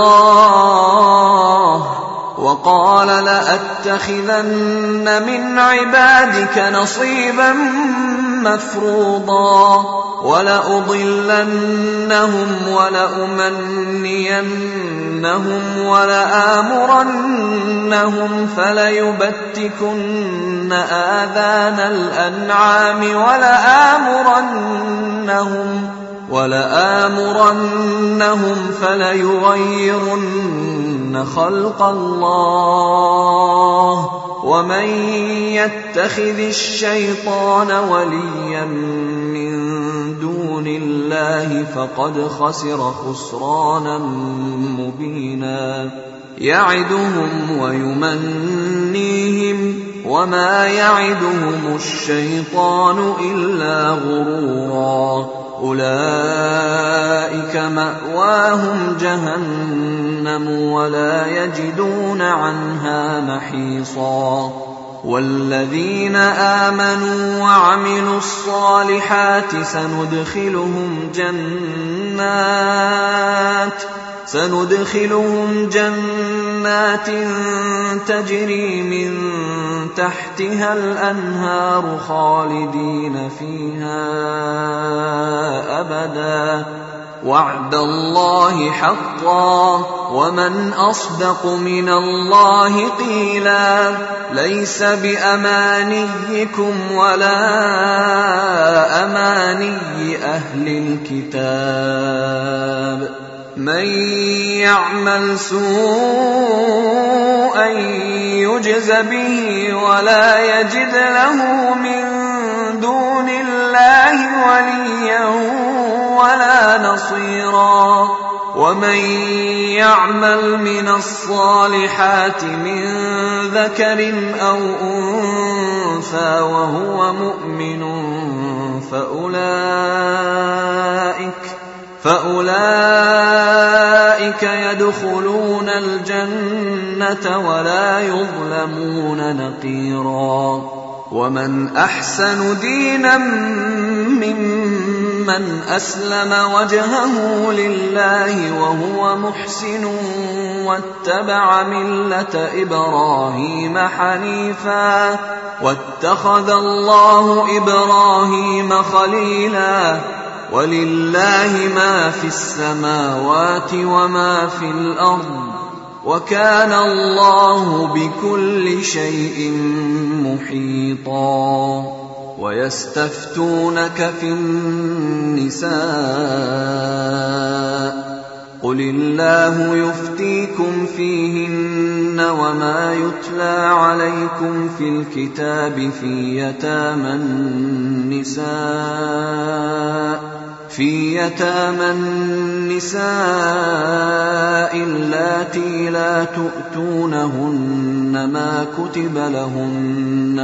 الله وقال لأتخذن من عبادك نصيبا مفروضا ولأضلنهم ولأمنينهم ولآمرنهم فليبتكن آذان الأنعام ولآمرنهم فليغيرن خلق الله ومن يتخذ الشيطان وليا من دون الله فقد خسر خسرانا مبينا يعدهم ويمنيهم وما يعدهم الشيطان إلا غرورا أولئك مأواهم جهنم ولا يجدون عنها محيصا والذين آمنوا وعملوا الصالحات سندخلهم جنات تجري من تحتها الأنهار خالدين فيها أبدا وعد الله حقا ومن أصدق من الله قيلا ليس بأمانيكم ولا أماني أهل الكتاب من يعمل سوءا يجز به ولا يجد له من دون الله وليا ولا نصيرا ومن يعمل من الصالحات من ذكر أو أنثى وهو مؤمن فأولئك يدخلون الجنة ولا يظلمون نقيرا ومن أحسن دينا ممن أسلم وجهه لله وهو محسن واتبع ملة إبراهيم حنيفا واتخذ الله إبراهيم خليلا ولله ما في السماوات وما في الأرض وكان الله بكل شيء محيطا ويستفتونك في النساء قل الله يفتيكم فيهن وما يتلى عليكم في الكتاب في يتامى النساء اللاتي لا تؤتونهن ما كتب لهن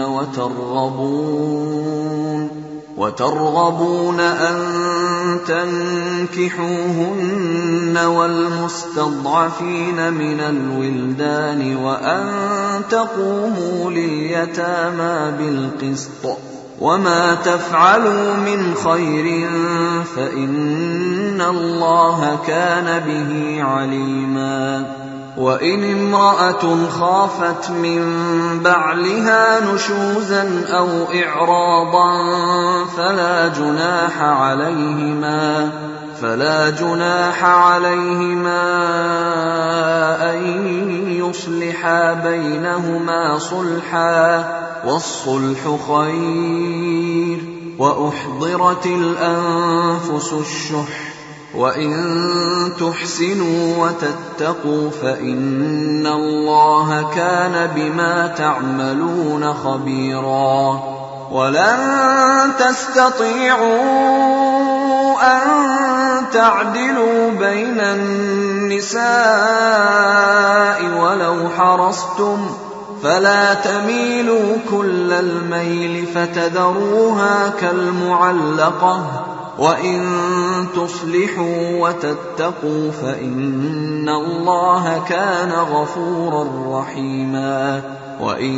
وترغبون أن تنكحوهن والمستضعفين من الولدان وأن تقوموا لليتامى بالقسط وما تفعلوا من خير فإن الله كان به عليما وإن امرأة خافت من بعلها نشوزا أو إعراضا فلا جناح عليهما أن يصلحا بينهما صلحا والصلح خير وأحضرت الأنفس الشح وإن تحسنوا وتتقوا فإن الله كان بما تعملون خبيرا ولن تستطيعوا أن تعدلوا بين النساء ولو حرصتم فلا تميلوا كل الميل فتذروها كالمعلقة وإن تصلحوا وتتقوا فإن الله كان غفورا رحيما وإن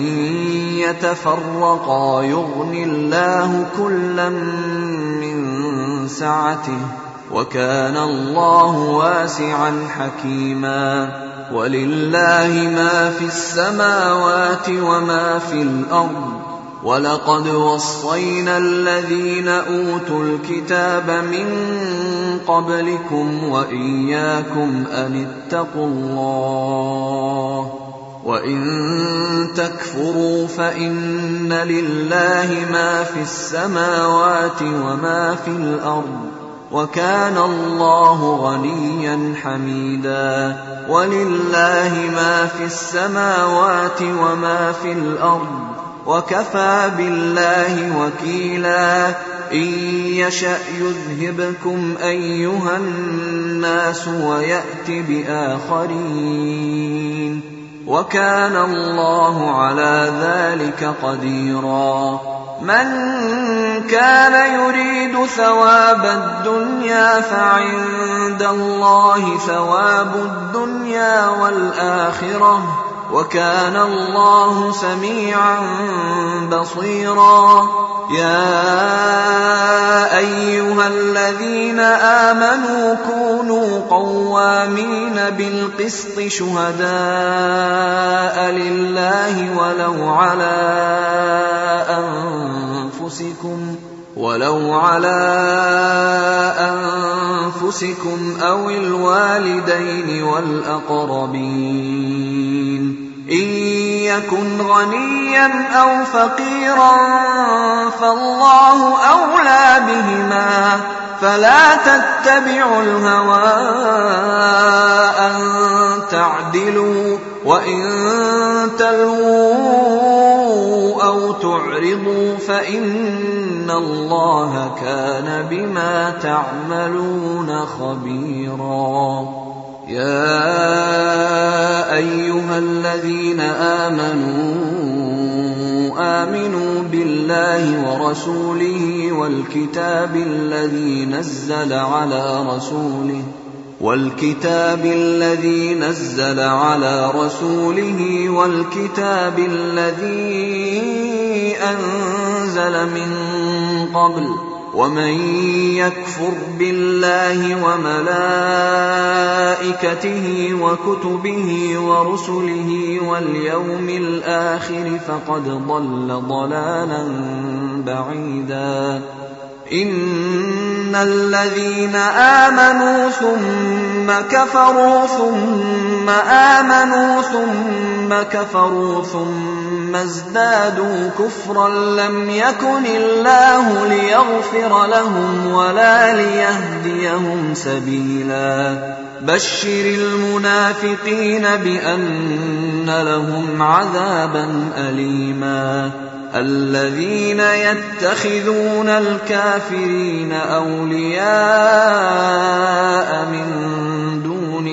يتفرقا يغن الله كلا من سعته وكان الله واسعا حكيما ولله ما في السماوات وما في الأرض ولقد وصينا الذين أوتوا الكتاب من قبلكم وإياكم أن اتقوا الله وإن تكفروا فإن لله ما في السماوات وما في الأرض وكان الله غنيا حميدا ولله ما في السماوات وما في الأرض وكفى بالله وكيلا إن يشأ يذهبكم أيها الناس ويأت بآخرين وكان الله على ذلك قديرا من كان يريد ثواب الدنيا فعند الله ثواب الدنيا والآخرة وكان الله سميعا بصيرا. يا أيها الذين آمنوا كونوا قوامين بالقسط شهداء لله ولو على أنفسكم أو الوالدين والأقربين. إن يكن غنيا أو فقيرا فالله أولى بهما، فلا تتبعوا الهوى أن تعدلوا، وإن تلووا أو تعرضوا فإن الله كان بما تعملون خبيرا. يا أيها الذين آمنوا بالله ورسوله والكتاب الذي نزل على رسوله والكتاب الذي أنزل من قبل، ومن يكفر بالله وملائكته وكتبه ورسله واليوم الآخر فقد ضل ضلالا بعيدا. إن الذين آمنوا ثم كفروا ثم آمنوا ثم كفروا ثم ازدادوا كفرا لم يكن الله ليغفر لهم ولا ليهديهم سبيلا. بشر المنافقين بأن لهم عذابا أليما. الذين يتخذون الكافرين أولياء من دون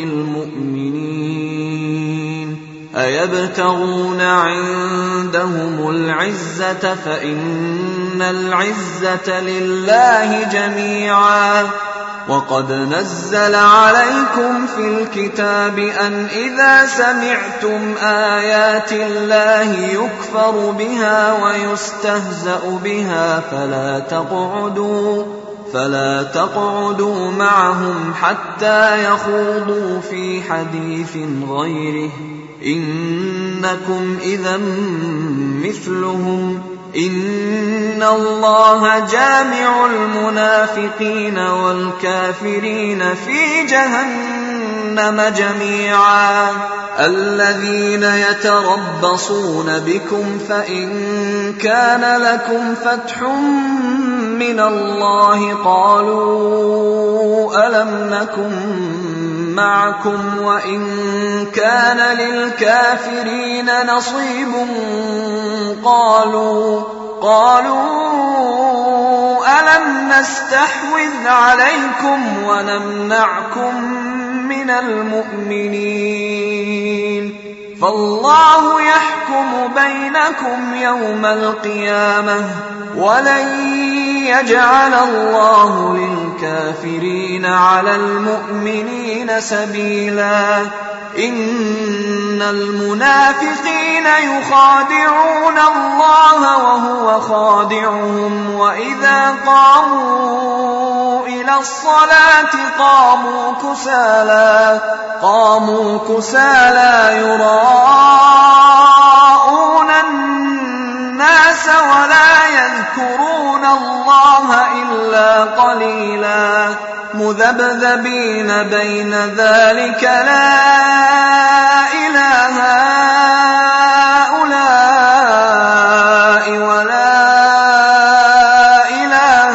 المؤمنين أيبتغون عندهم العزة فإن العزة لله جميعا. وقد نزل عليكم في الكتاب أن إذا سمعتم آيات الله يكفر بها ويستهزأ بها فلا تقعدوا معهم حتى يخوضوا في حديث غيره، إنكم إذا مثلهم. إن الله جامع المنافقين والكافرين في جهنم جميعا. الذين يتربصون بكم فإن كان لكم فتح من الله قالوا ألم نكن معكم، وإن كان للكافرين نصيب قالوا ألم نستحوذ عليكم ونمنعكم من المؤمنين. فالله يحكم بينكم يوم القيامة ولن يجعل الله للكافرين على المؤمنين سبيلا. إن المنافقين يخادعون الله وهو خادعهم، وإذا قاموا إلى الصلاة قاموا كسالى يراءون الناس ولا يذكرون الله إلا قليلا، مذبذبين بين ذلك لا إله هؤلاء ولا إله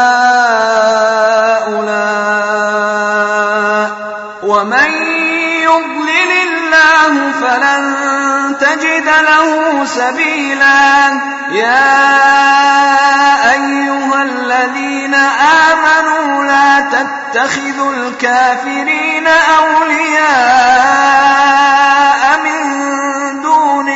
هؤلاء، ومن يضلل الله فلن تجد له سبيلا. يا أيها الذين آمنوا لا تتخذوا الكافرين أولياء من دون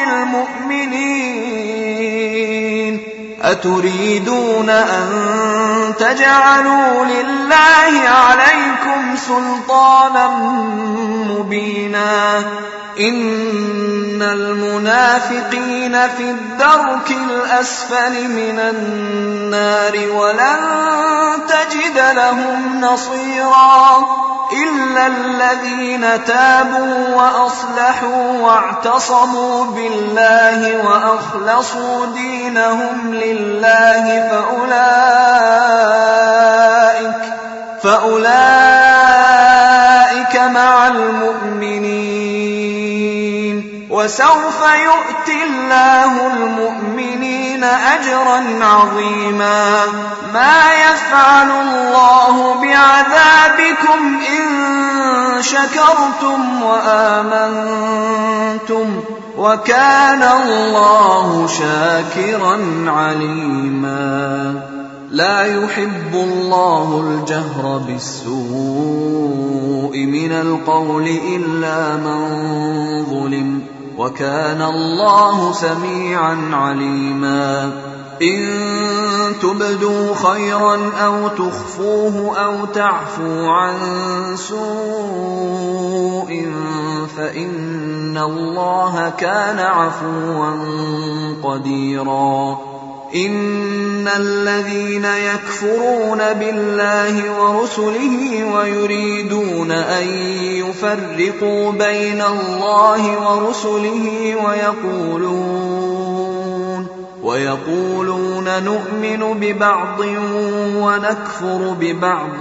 المؤمنين، أتريدون أن تجعلوا لله عليكم سلطانا مبينا. إن المنافقين في الدرك الأسفل من النار ولن تجد لهم نصيرا إلا الذين تابوا وأصلحوا واعتصموا بالله وأخلصوا دينهم لله فأولئك مع المؤمنين وسوف يؤتي الله المؤمنين أجرا عظيما ما يفعل الله بعذابكم إن شكرتم وآمنتم وكان الله شاكرا عليما لا يحب الله الجهر بالسوء من القول إلا من ظلم وكان الله سميعا عليما إن تبدوا خيرا أو تخفوه أو تعفو عن سوء فإن الله كان عفوا قديرا إن الذين يكفرون بالله ورسله ويريدون أن يفرقوا بين الله ورسله ويقولون نؤمن ببعض ونكفر ببعض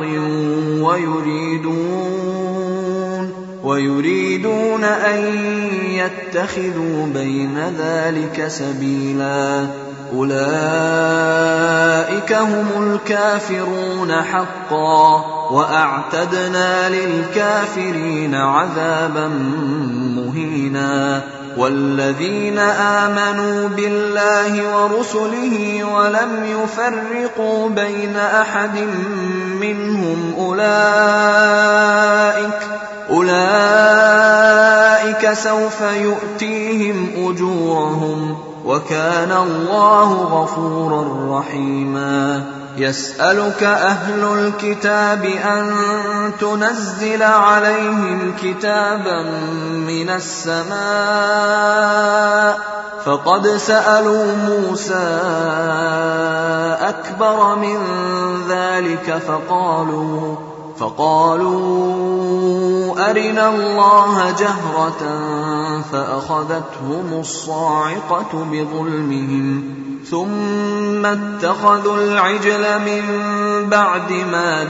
ويريدون أن يتخذوا بين ذلك سبيلا أولئك هم الكافرون حقا وأعتدنا للكافرين عذابا مهينا والذين آمنوا بالله ورسله ولم يفرقوا بين أحد منهم أولئك سوف يؤتيهم أجورهم وكان الله غفورا رحيما يسألك أهل الكتاب أن تنزل عليهم كتابا من السماء فقد سألوا موسى أكبر من ذلك فقالوا أرنا الله جهرة فأخذتهم الصاعقة بظلمهم ثم اتخذوا العجل من بعد ما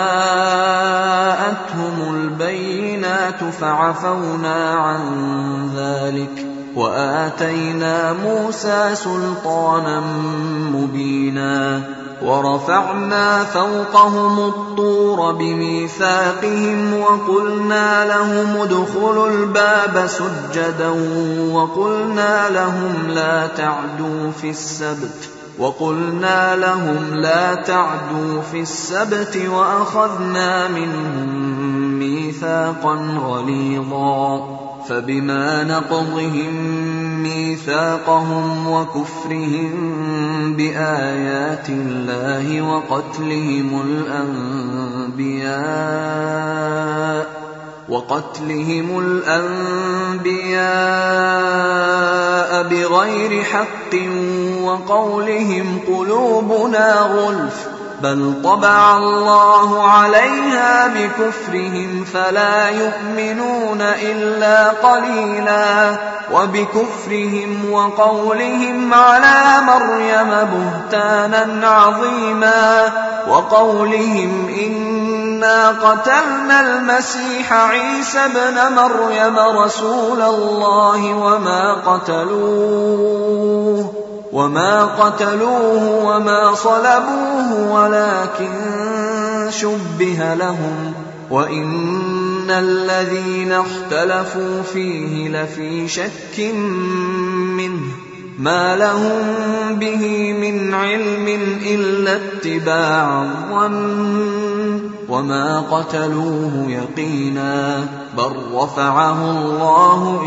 جاءتهم البينات فعفونا عن ذلك وآتينا موسى سلطانا مبينا ورفعنا فوقهم الطور بميثاقهم وقلنا لهم ادخلوا الباب سجدا وقلنا لهم لا تعدوا في السبت وأخذنا منهم ميثاقا غليظا فبما نقضهم ميثاقهم وكفرهم بآيات الله وقتلهم الأنبياء بغير حق وقولهم قلوبنا غلف بل طبع الله عليها بكفرهم فلا يؤمنون إلا قليلا وبكفرهم وقولهم على مريم بهتانا عظيما وقولهم إنا قتلنا المسيح عيسى ابن مريم رسول الله وما قتلوه وما صلبوه ولكن شبه لهم وإن الذين اختلفوا فيه لفي شك منه ما لهم به من علم إلا اتباع الظن وما قتلوه يقينا بل رفعه الله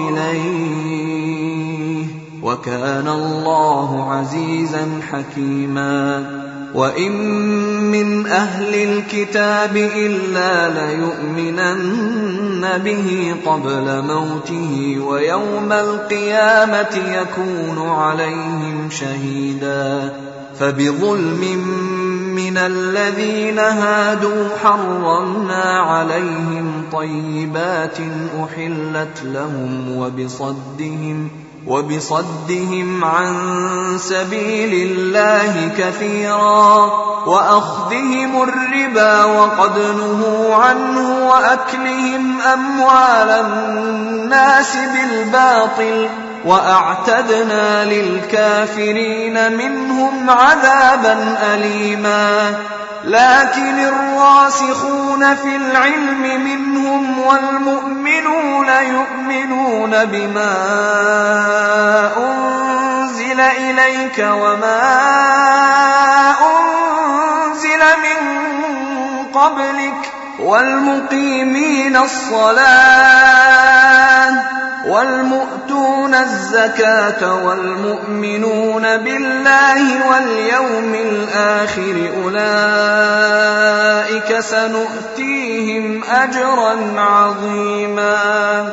إليه وكان الله عزيزا حكيما وإن من أهل الكتاب إلا ليؤمنن به قبل موته ويوم القيامة يكون عليهم شهيدا فبظلم من الذين هادوا حرمنا عليهم طيبات أحلت لهم وبصدهم عن سبيل الله كثيرا وأخذهم الربا وقد نهوا عنه وأكلهم أموال الناس بالباطل وأعتدنا للكافرين منهم عذابا أليما لكن الراسخون في العلم منهم والمؤمنون يؤمنون بما أنزل إليك وما أنزل من قبلك والمقيمين الصلاة والمؤتون الزكاة والمؤمنون بالله واليوم الآخر أولئك سنؤتيهم أجرا عظيما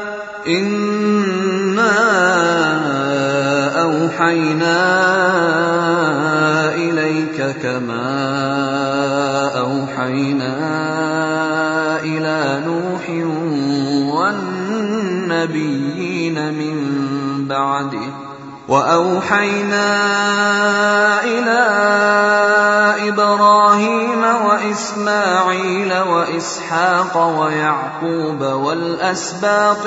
إنا أوحينا إليك كما أوحينا إلى نوح والنبيين من بعده وأوحينا إلى إبراهيم وإسماعيل وإسحاق ويعقوب والأسباط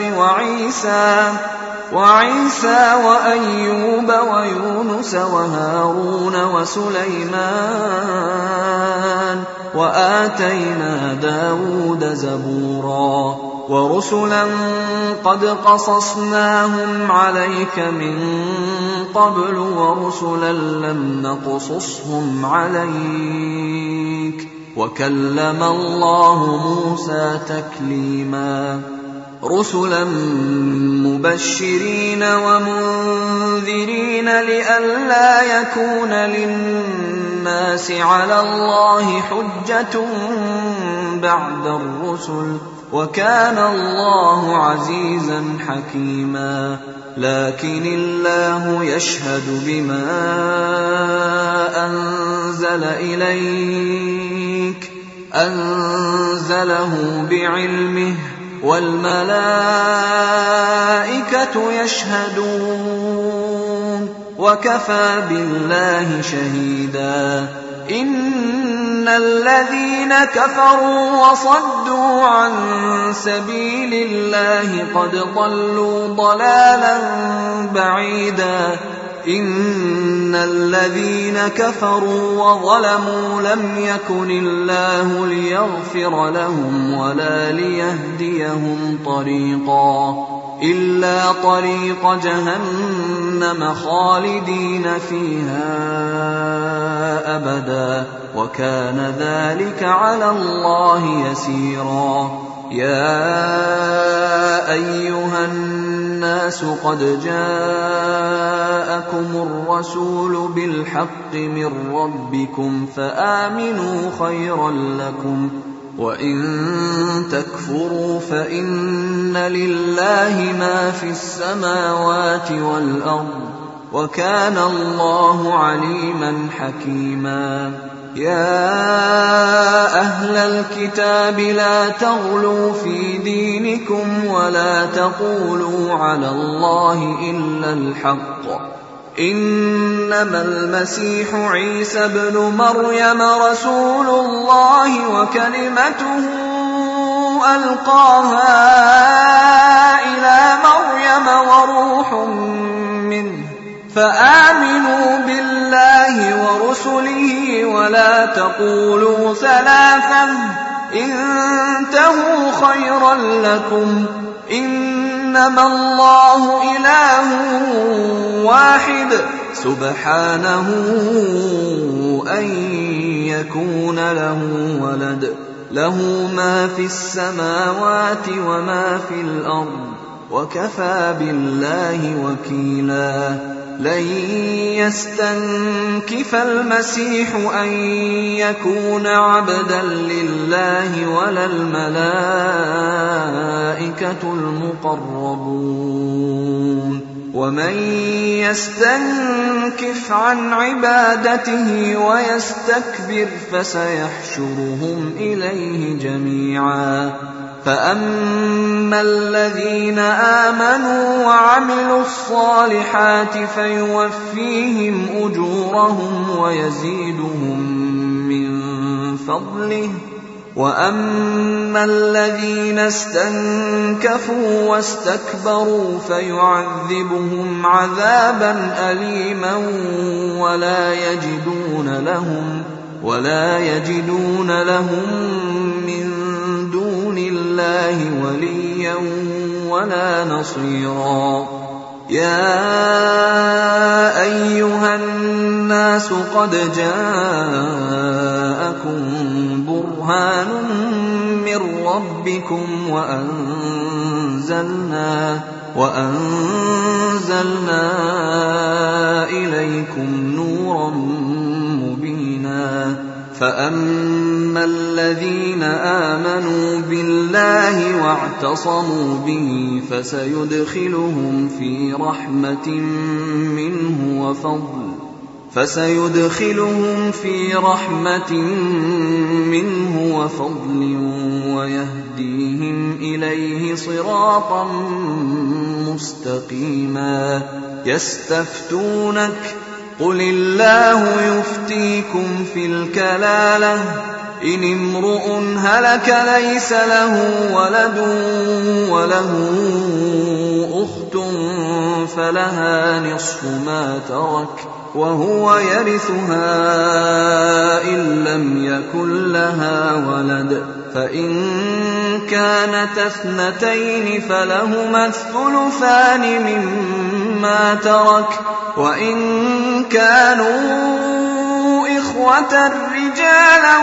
وعيسى وأيوب ويونس وهارون وسليمان وآتينا داود زبورا ورسلا قد قصصناهم عليك من قبل ورسلا لم نقصصهم عليك وكلم الله موسى تكليما رسلا مبشرين ومنذرين لئلا يكون للناس على الله حجة بعد الرسل وكان الله عزيزا حكيما لكن الله يشهد بما أنزل إليك أنزله بعلمه والملائكة يشهدون وكفى بالله شهيدا إن الذين كفروا وصدوا عن سبيل الله قد ضلوا ضلالا بعيدا إن الذين كفروا وظلموا لم يكن الله ليغفر لهم ولا ليهديهم طريقا إلا طريق جهنم خالدين فيها أبدا وكان ذلك على الله يسيرا يا أيها الناس قد جاءكم الرسول بالحق من ربكم فآمنوا خيرا لكم وإن تكفروا فإن لله ما في السماوات والأرض وكان الله عليما حكيما يا أهل الكتاب لا تغلوا في دينكم ولا تقولوا على الله إلا الحق إنما المسيح عيسى ابن مريم رسول الله وكلمته ألقاها إلى مريم وروح منه فآمنوا بالله ورسله ولا تقولوا ثلاثة انتهوا خيرا لكم إنما الله إله واحد سبحانه أن يكون له ولد له ما في السماوات وما في الأرض وكفى بالله وكيلا لن يستنكف المسيح أن يكون عبدا لله ولا الملائكة المقربون ومن يستنكف عن عبادته ويستكبر فسيحشرهم إليه جميعا فأما الذين آمنوا وعملوا الصالحات فيوفيهم أجورهم ويزيدهم من فضله وأما الذين استنكفوا واستكبروا فيعذبهم عذابا أليما ولا يجدون لهم من دون الله وليا ولا نصيرا يا أيها الناس قد جاءكم برهان من ربكم وأنزلنا إليكم نورا مبينا فأما الذين آمنوا بالله واعتصموا به فسيدخلهم في رحمة منه وفضل ويهديهم إليه صراطا مستقيما يستفتونك قل الله يفتيكم في الكلالة إن امرؤ هلك ليس له ولد وله أخت فلها نصف ما ترك وهو يرثها إن لم يكن لها ولد فإن كانت اثنتين فلهما الثلثان مما ترك وإن كانوا إخوة رجالا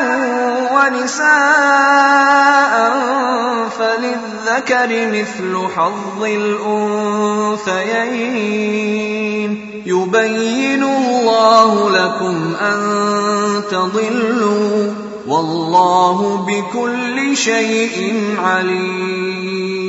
ونساء فللذكر مثل حظ الأنثيين يبين الله لكم أن تضلوا والله بكل شيء عليم